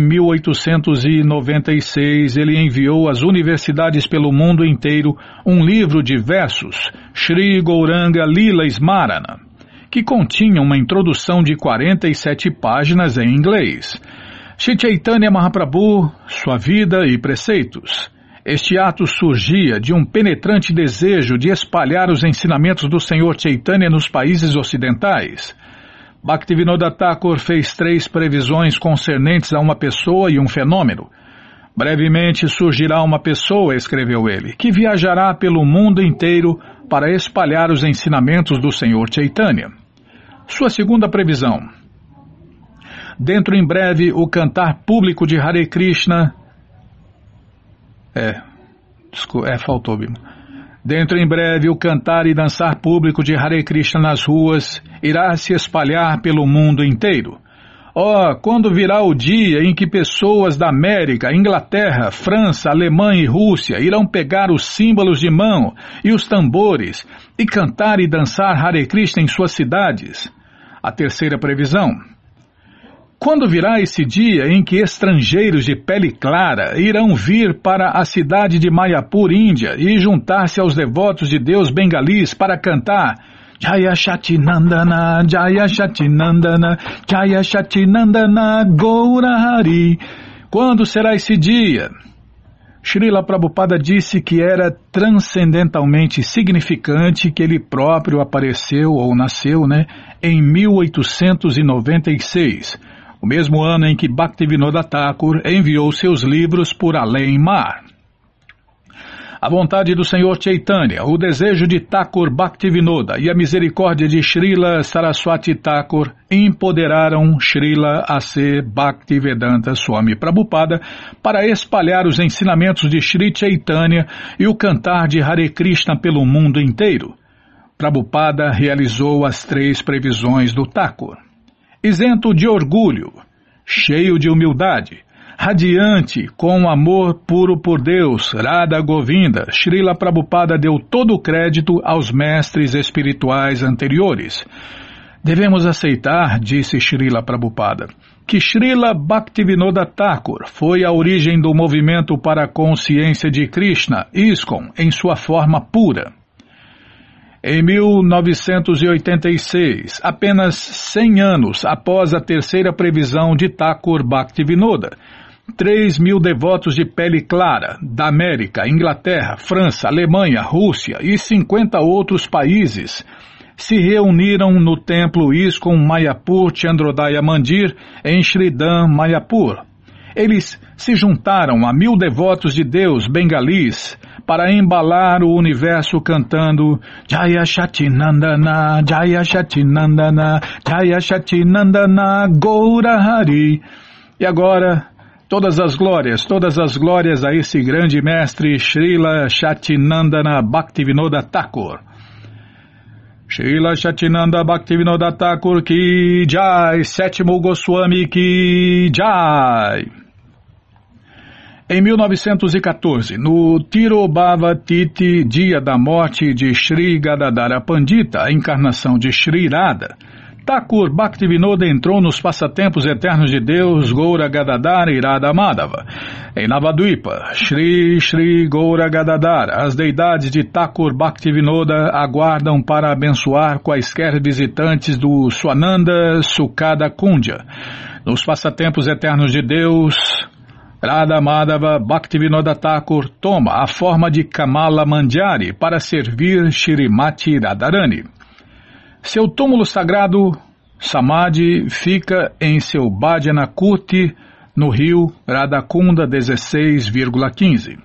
1896, ele enviou às universidades pelo mundo inteiro um livro de versos, Shri Gauranga Lila Smarana, que continha uma introdução de 47 páginas em inglês. Shri Chaitanya Mahaprabhu, sua vida e preceitos. Este ato surgia de um penetrante desejo de espalhar os ensinamentos do Senhor Chaitanya nos países ocidentais. Bhaktivinoda Thakur fez 3 previsões concernentes a uma pessoa e um fenômeno. Brevemente surgirá uma pessoa, escreveu ele, que viajará pelo mundo inteiro para espalhar os ensinamentos do Senhor Chaitanya. Sua segunda previsão. Dentro em breve, o cantar público de Hare Krishna... faltou, Bima. Dentro em breve, o cantar e dançar público de Hare Krishna nas ruas irá se espalhar pelo mundo inteiro. Quando virá o dia em que pessoas da América, Inglaterra, França, Alemanha e Rússia irão pegar os símbolos de mão e os tambores e cantar e dançar Hare Krishna em suas cidades? A terceira previsão. Quando virá esse dia em que estrangeiros de pele clara irão vir para a cidade de Mayapur, Índia, e juntar-se aos devotos de Deus bengalis para cantar Jaya Shatinandana, Jaya Shatinandana, Jaya Shatinandana, Gaura Hari? Quando será esse dia? Srila Prabhupada disse que era transcendentalmente significante que ele próprio apareceu ou nasceu, em 1896. O mesmo ano em que Bhaktivinoda Thakur enviou seus livros por além-mar. A vontade do Senhor Chaitanya, o desejo de Thakur Bhaktivinoda e a misericórdia de Srila Saraswati Thakur empoderaram Srila A.C. Bhaktivedanta Swami Prabhupada para espalhar os ensinamentos de Sri Chaitanya e o cantar de Hare Krishna pelo mundo inteiro. Prabhupada realizou as 3 previsões do Thakur. Isento de orgulho, cheio de humildade, radiante com amor puro por Deus, Radha Govinda, Srila Prabhupada deu todo o crédito aos mestres espirituais anteriores. Devemos aceitar, disse Srila Prabhupada, que Srila Bhaktivinoda Thakur foi a origem do movimento para a consciência de Krishna, ISKCON, em sua forma pura. Em 1986, apenas 100 anos após a terceira previsão de Thakur Bhaktivinoda, 3.000 devotos de pele clara, da América, Inglaterra, França, Alemanha, Rússia e 50 outros países, se reuniram no templo ISKCON Mayapur Chandrodaya Mandir, em Shridham, Mayapur. Eles se juntaram a 1000 devotos de Deus bengalis para embalar o universo cantando Jaya Shakti Nandana, Jaya Shakti Nandana, Jaya Shakti Nandana, Gaura Hari. E agora, todas as glórias a esse grande mestre Srila Shaktinandana Bhaktivinoda Thakur. Srila Shaktinanda Bhaktivinoda Thakur ki Jai, Sétimo Goswami ki Jai. Em 1914, no Tirobhava Tithi, dia da morte de Sri Gadadhara Pandita, a encarnação de Sri Radha, Thakur Bhaktivinoda entrou nos passatempos eternos de Deus, Gaura Gadadhara e Radha Madhava. Em Navadvipa, Shri Shri Gaura Gadadhara, as deidades de Thakur Bhaktivinoda aguardam para abençoar quaisquer visitantes do Swananda Sukada Kundya. Nos passatempos eternos de Deus, Radha Madhava Bhaktivinoda Thakur toma a forma de Kamala Manjari para servir Shrimati Radharani. Seu túmulo sagrado, Samadhi, fica em seu Bhajana Kuti, no rio Radhakunda 16,15.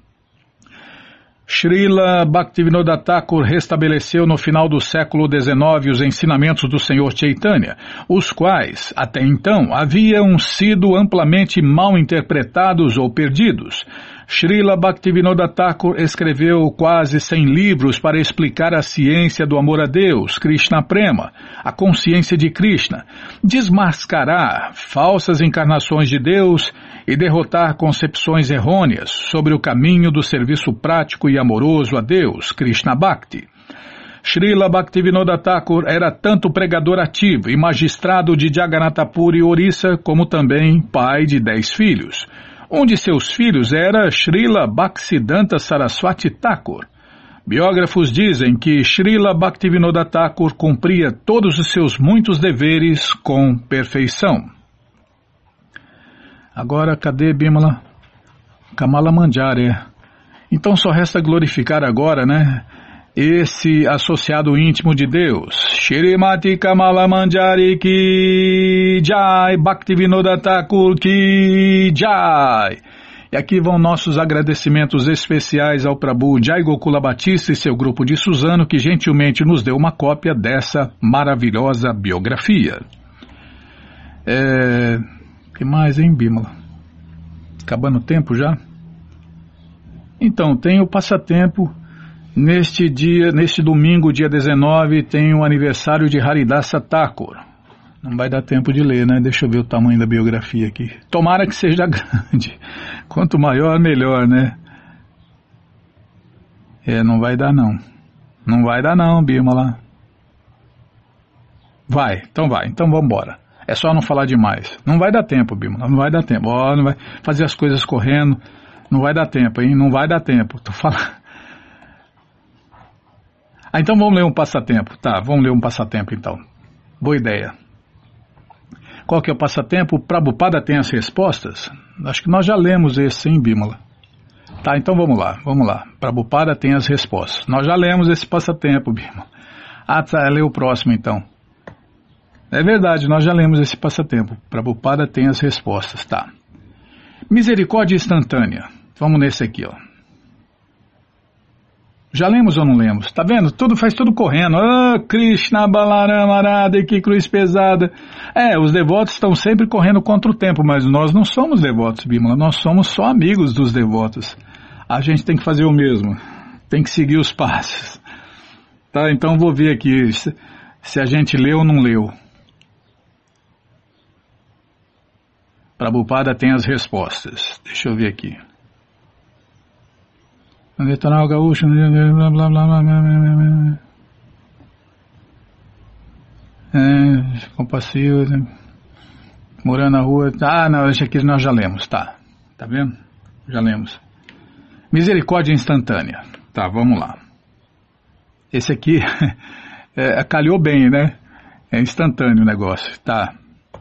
Srila Bhaktivinoda Thakur restabeleceu no final do século XIX os ensinamentos do Senhor Chaitanya, os quais, até então, haviam sido amplamente mal interpretados ou perdidos. Srila Bhaktivinoda Thakur escreveu quase 100 livros para explicar a ciência do amor a Deus, Krishna Prema, a consciência de Krishna, desmascarar falsas encarnações de Deus e derrotar concepções errôneas sobre o caminho do serviço prático e amoroso a Deus, Krishna Bhakti. Srila Bhaktivinoda Thakur era tanto pregador ativo e magistrado de Jagannatha Puri, Orissa, como também pai de 10 filhos. Um de seus filhos era Srila Bhaktisiddhanta Saraswati Thakur. Biógrafos dizem que Srila Bhaktivinoda Thakur cumpria todos os seus muitos deveres com perfeição. Agora, cadê Bimala? Kamala Manjari. Então só resta glorificar agora, né? Esse associado íntimo de Deus, Shrimati Kamala Manjari ki Jai, Bhaktivinoda Thakur ki Jai. E aqui vão nossos agradecimentos especiais ao Prabhu Jai Gokula Batista e seu grupo de Suzano, que gentilmente nos deu uma cópia dessa maravilhosa biografia. Que mais, hein, Bimala? Acabando o tempo já? Então, tem o passatempo. Neste domingo, dia 19, tem o aniversário de Haridasa Thakur. Não vai dar tempo de ler, né? Deixa eu ver o tamanho da biografia aqui. Tomara que seja grande. Quanto maior, melhor, né? Não vai dar não. Não vai dar não, Bimala. Vai. Então vamos embora. É só não falar demais. Não vai dar tempo, Bimala. Não vai dar tempo. Não vai fazer as coisas correndo. Não vai dar tempo, hein? Não vai dar tempo. Tô falando. Então vamos ler um passatempo. Tá, vamos ler um passatempo então. Boa ideia. Qual que é o passatempo? O Prabhupada tem as respostas? Acho que nós já lemos esse, hein, Bimala? Tá, então vamos lá. Prabhupada tem as respostas. Nós já lemos esse passatempo, Bimala. Tá, lê o próximo então. É verdade, nós já lemos esse passatempo. Prabhupada tem as respostas, tá. Misericórdia instantânea. Vamos nesse aqui, ó. Já lemos ou não lemos? Tá vendo? Faz tudo correndo. Krishna, Balarama, Radha, que cruz pesada. Os devotos estão sempre correndo contra o tempo, mas nós não somos devotos, Bimala. Nós somos só amigos dos devotos. A gente tem que fazer o mesmo. Tem que seguir os passos. Tá, então vou ver aqui se a gente leu ou não leu. Prabhupada tem as respostas. Deixa eu ver aqui. Litoral gaúcho, blá blá blá blá. Compassivo, morando na rua. Não, esse aqui nós já lemos, tá vendo? Já lemos. Misericórdia instantânea. Tá, vamos lá. Esse aqui calhou bem, né? É instantâneo o negócio, tá.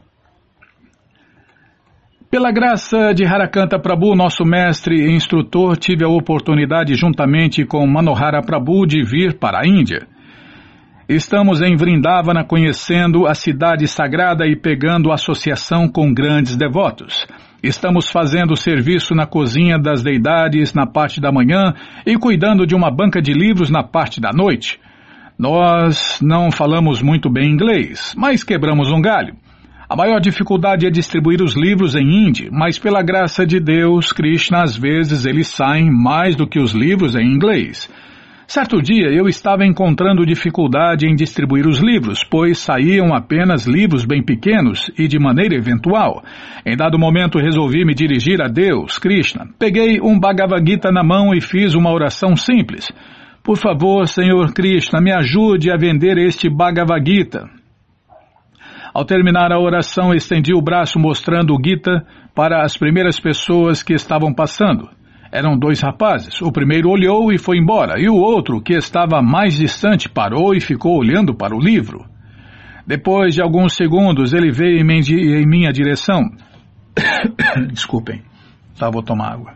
Pela graça de Harakanta Prabhu, nosso mestre e instrutor, tive a oportunidade, juntamente com Manohara Prabhu, de vir para a Índia. Estamos em Vrindavana conhecendo a cidade sagrada e pegando associação com grandes devotos. Estamos fazendo serviço na cozinha das deidades na parte da manhã e cuidando de uma banca de livros na parte da noite. Nós não falamos muito bem inglês, mas quebramos um galho. A maior dificuldade é distribuir os livros em hindi, mas pela graça de Deus, Krishna, às vezes eles saem mais do que os livros em inglês. Certo dia eu estava encontrando dificuldade em distribuir os livros, pois saíam apenas livros bem pequenos e de maneira eventual. Em dado momento resolvi me dirigir a Deus, Krishna. Peguei um Bhagavad Gita na mão e fiz uma oração simples. Por favor, Senhor Krishna, me ajude a vender este Bhagavad Gita. Ao terminar a oração, estendi o braço mostrando o Gita para as primeiras pessoas que estavam passando. Eram 2 rapazes. O primeiro olhou e foi embora, e o outro, que estava mais distante, parou e ficou olhando para o livro. Depois de alguns segundos, ele veio em minha direção. Desculpem, vou tomar água.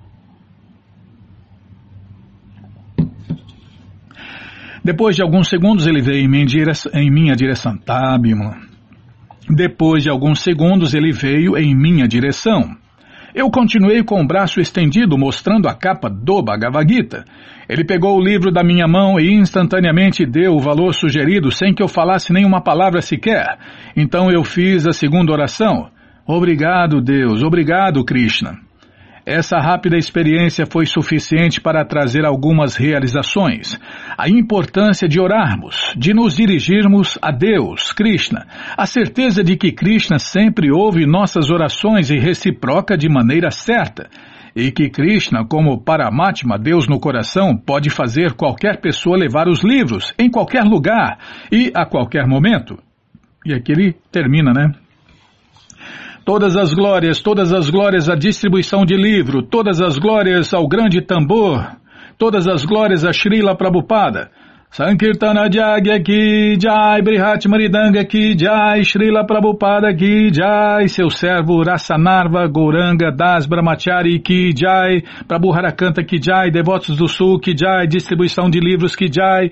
Depois de alguns segundos, ele veio em minha direção. Tá, Bimala. Depois de alguns segundos, ele veio em minha direção. Eu continuei com o braço estendido, mostrando a capa do Bhagavad Gita. Ele pegou o livro da minha mão e instantaneamente deu o valor sugerido sem que eu falasse nenhuma palavra sequer. Então eu fiz a segunda oração. Obrigado, Deus. Obrigado, Krishna. Essa rápida experiência foi suficiente para trazer algumas realizações. A importância de orarmos, de nos dirigirmos a Deus, Krishna. A certeza de que Krishna sempre ouve nossas orações e reciproca de maneira certa. E que Krishna, como Paramatma, Deus no coração, pode fazer qualquer pessoa levar os livros, em qualquer lugar e a qualquer momento. E aqui ele termina, né? Todas as glórias à distribuição de livro, todas as glórias ao grande tambor, todas as glórias a Srila Prabhupada. Sankirtana Jagya Ki Jai, Brihat Maridanga Ki Jai, Srila Prabhupada Ki Jai, seu servo Rasanarva Gauranga Das Brahmachari Ki Jai, Prabhu Harakanta Ki Jai, Devotos do Sul Ki Jai, distribuição de livros Ki Jai.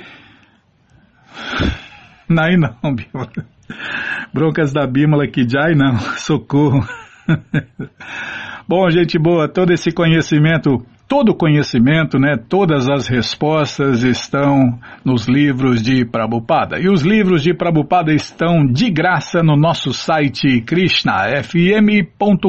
Não, Bímola. Broncas da Bímola Ki Jai, não, socorro. Bom, gente boa, todo esse conhecimento, todo conhecimento, né, todas as respostas estão nos livros de Prabhupada. E os livros de Prabhupada estão de graça no nosso site krishnafm.com.br.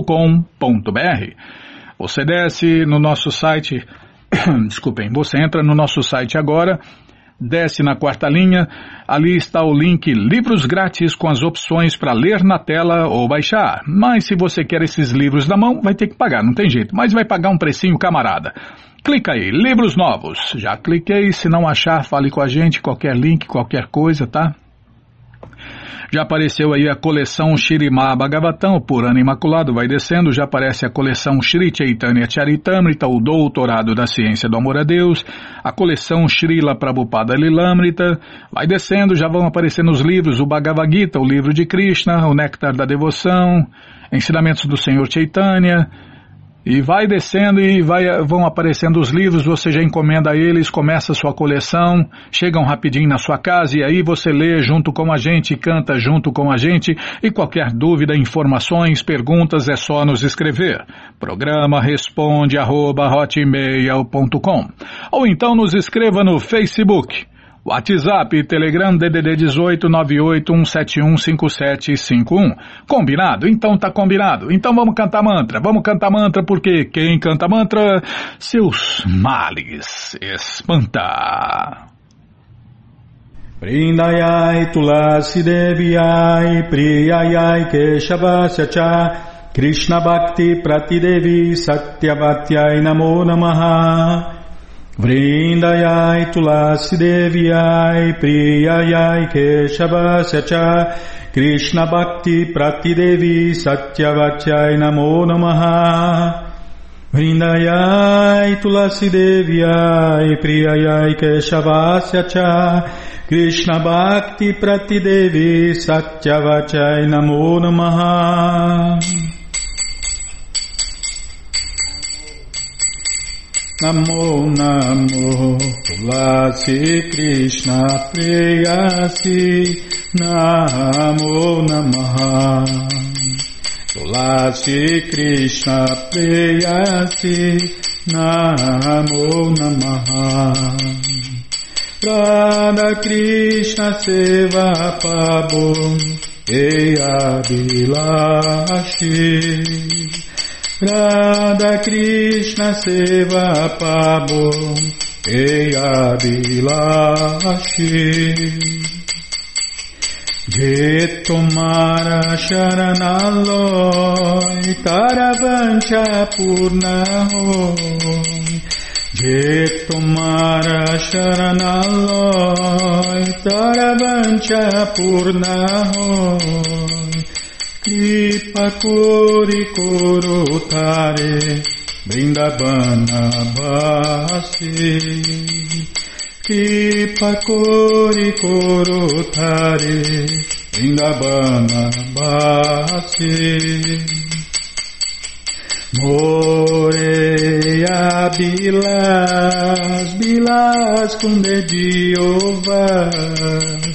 Você desce no nosso site, desculpem, você entra no nosso site agora, desce na 4ª linha, ali está o link Livros Grátis com as opções para ler na tela ou baixar. Mas se você quer esses livros na mão, vai ter que pagar, não tem jeito, mas vai pagar um precinho camarada. Clica aí, Livros Novos. Já cliquei, se não achar, fale com a gente, qualquer link, qualquer coisa, tá? Já apareceu aí a coleção Shrimad Bhagavatam, por ano imaculado, vai descendo, já aparece a coleção Shri Chaitanya Charitamrita, o doutorado da ciência do amor a Deus, a coleção Srila Prabhupada Lilamrita, vai descendo, já vão aparecendo os livros, o Bhagavad Gita, o livro de Krishna, o Néctar da Devoção, ensinamentos do Senhor Chaitanya, e vai descendo e vão aparecendo os livros, você já encomenda eles, começa a sua coleção, chegam rapidinho na sua casa e aí você lê junto com a gente, canta junto com a gente e qualquer dúvida, informações, perguntas é só nos escrever. Programa responde@hotmail.com ou então nos escreva no Facebook. WhatsApp, Telegram, DDD 18 981715751. Combinado? Então tá combinado. Então vamos cantar mantra, porque quem canta mantra, seus males espanta. Vrindayai Tulasi Deviyai Priyayai Keshavasya Cha Krishna Bhakti Pratidevi Satyavatyai Namo Namaha. Vrindayai Tulasi Deviyai Priyayai Keshavasya Cha Krishna Bhakti Pratidevi Satyavatyai Namo Namaha. Vrindayai Tulasi Deviyai Priyayai Keshavasya Cha Krishna Bhakti Pratidevi Satyavatyai Namo Namaha. Namo Namo Tulasi Krishna Preyasi Namo Namaha Tulasi Krishna Preyasi Namo Namaha Radha Krishna Seva Pabon Eya Bilashi Radha Krishna Seva Pabon Eya Bilashi Je Tomara Sharanaloy Taravancha Purna Hoy Je Tomara Sharanaloy Taravancha Purna Hoy Kripa Kori Korotare Vrindavana Basi Kripa Kori Korotare Vrindavana Basi Moreia Bilas Bilas Kunde Diovas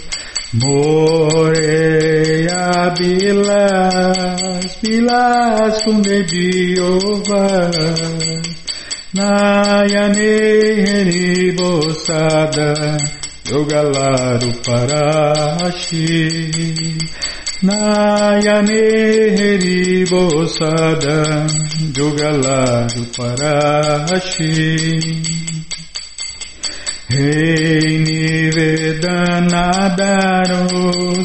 Moreia Bilas Bilas Kunde Diovas Nayane Heribosada Yogalaru Parashi Nayane Heribosada Yogalaru Parashi Rei Nivedanadaro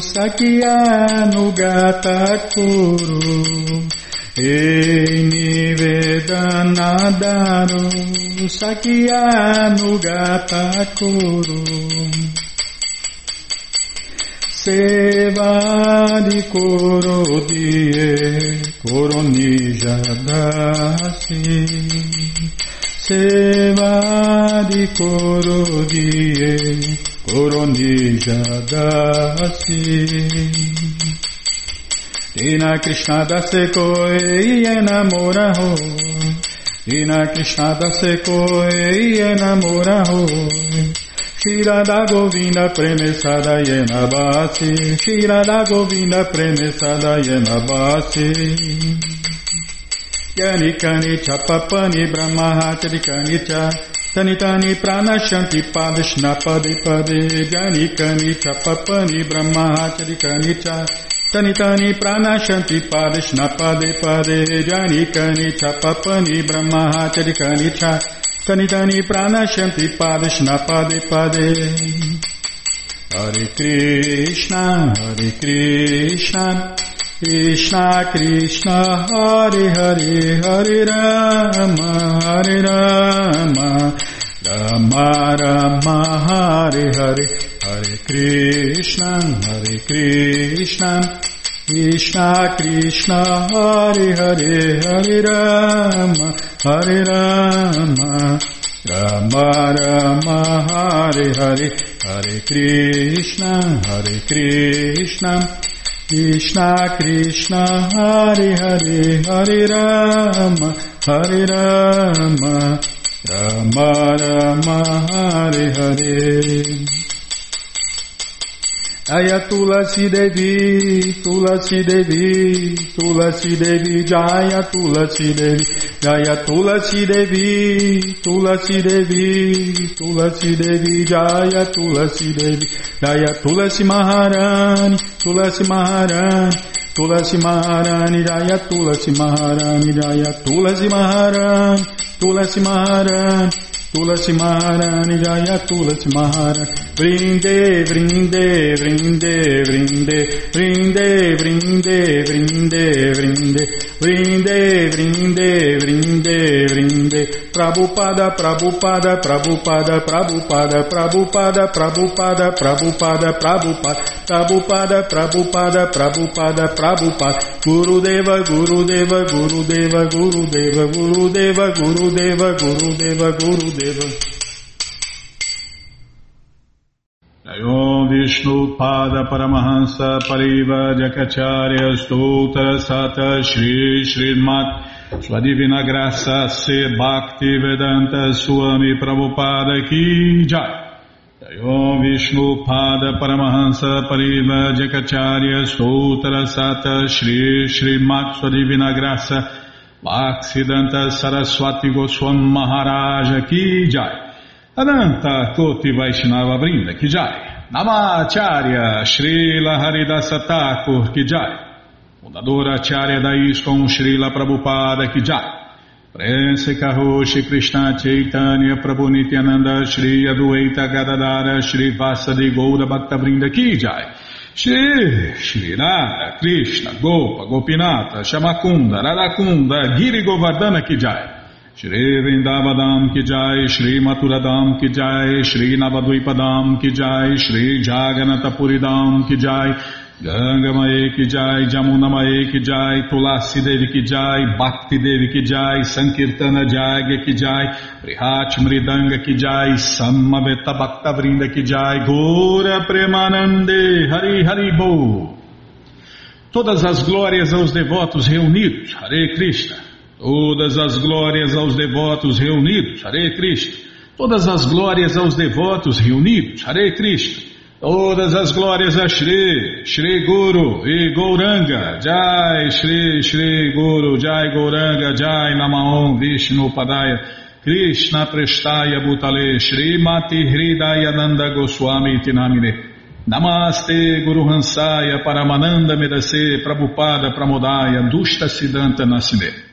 Sakyanugatakuru Rei Nivedanadaro Sakyanugatakuru Sevadi Korodie Koronijadasi Sevadi Korodie Koronijadasi Dina Krishna Dase Koi Enamora Ho Dina Krishna Dase Koi Enamora Ho Shirada Govinda Premesada Yena Basi Shirada Govinda Premesada Yena Basi Yanikani Chapapani Brahma Charikani Cha Tanitani Pranashanti Padishna Pade Pade Yanikani Chapapani Brahma Charikani Cha Tanitani Pranashanti Padishna Pade Pade Yanikani Chapapani Brahma Charikani Cha Tanitani Pranashanti Padishna Pade Pade Hare Krishna Krishna Krishna Hare Hare Hare Rama Rama Rama Hare Hare Hare Krishna Krishna Krishna Hare Hare Hare Rama Rama Rama Hare Hare Hare Krishna Krishna Krishna Hare Hare Hare Rama Rama Rama Hare Hare Jaya Tulasi Devi Tulasi Devi Tulasi Devi Jaya Tulasi Devi Jaya Tulasi Devi Tulasi Devi Tulasi Devi Jaya Tulasi Devi Jaya Tulasi Maharani Tulasi Maharani Tulasi Maharani Jaya Tulasi Maharani Jaya Tulasi Maharani Tulasi Maharani Tulasi Maharani Jaya Tulasi Maharani Vrinde Vrinde Vrinde Vrinde Vrinde Vrinde Vrinde Vrinde Vrinde Vrinde Vrinde Vrinde Prabhupada Prabhupada Prabhupada Prabhupada Prabhupada Prabhupada Prabhupada Prabhupada Prabhupada Prabhupada Prabhupada Prabhupada Gurudeva Gurudeva Gurudeva Gurudeva Gurudeva Gurudeva Gurudeva Gurudeva Om Vishnu Pada Paramahansa Pariva Jakacharya Stoutra Sata Shri Srimat Sua Divina Graça Se Bhakti Vedanta Swami Prabhupada Ki Jai. Om Vishnu Pada Paramahansa Pariva Jakacharya Stoutra Sata Shri Srimat Sua Divina Graça Bhaksidanta Saraswati Goswam Maharaja Ki Jai. Ananta Koti Vaishnava Vrinda Ki Jai. Namacharya Srila Haridasa Thakur Ki Jai. Fundadora Acharya da ISKCON Srila Prabhupada Ki Jai. Prense Karoshi Krishna Chaitanya Prabhu Nityananda Shri Adueita Gadadara Shri Vasadi Goura Bhaktavrinda Ki Jai. Shri Radha Krishna Gopa Gopinata Shamakunda Radakunda Giri Govardhana Ki Jai. Shri Vrindavadam Ki Jai, Shri Maturadam Ki Jai, Shri Navadvipadam Ki Jai, Shri Jaganatapuridam Ki Jai, Ganga Mae Ki Jai, Jamuna Mae Ki Jai, Tulasi Devi Ki Jai, Bhakti Devi Ki Jai, Sankirtana Jagya Ki Jai, Prihat Mridanga Ki Jai, Samaveta Bhaktavrinda Ki Jai, Gora Premanande, Hari Hari Bo. Todas as glórias aos devotos reunidos, Hare Krishna. Todas as glórias aos devotos reunidos, Hare Krishna. Todas as glórias aos devotos reunidos, Hare Krishna. Todas as glórias a Shri, Shri Guru e Gauranga, Jai Shri, Shri Guru, Jai Gauranga, Jai Namaon Vishnu Padaya, Krishna Prestaya Bhutale, Shri Mati Hridayananda Goswami Tinamine. Namaste Guru Hansaya Paramananda Medase Prabhupada Pramodaya Dushta Siddhanta Nasine.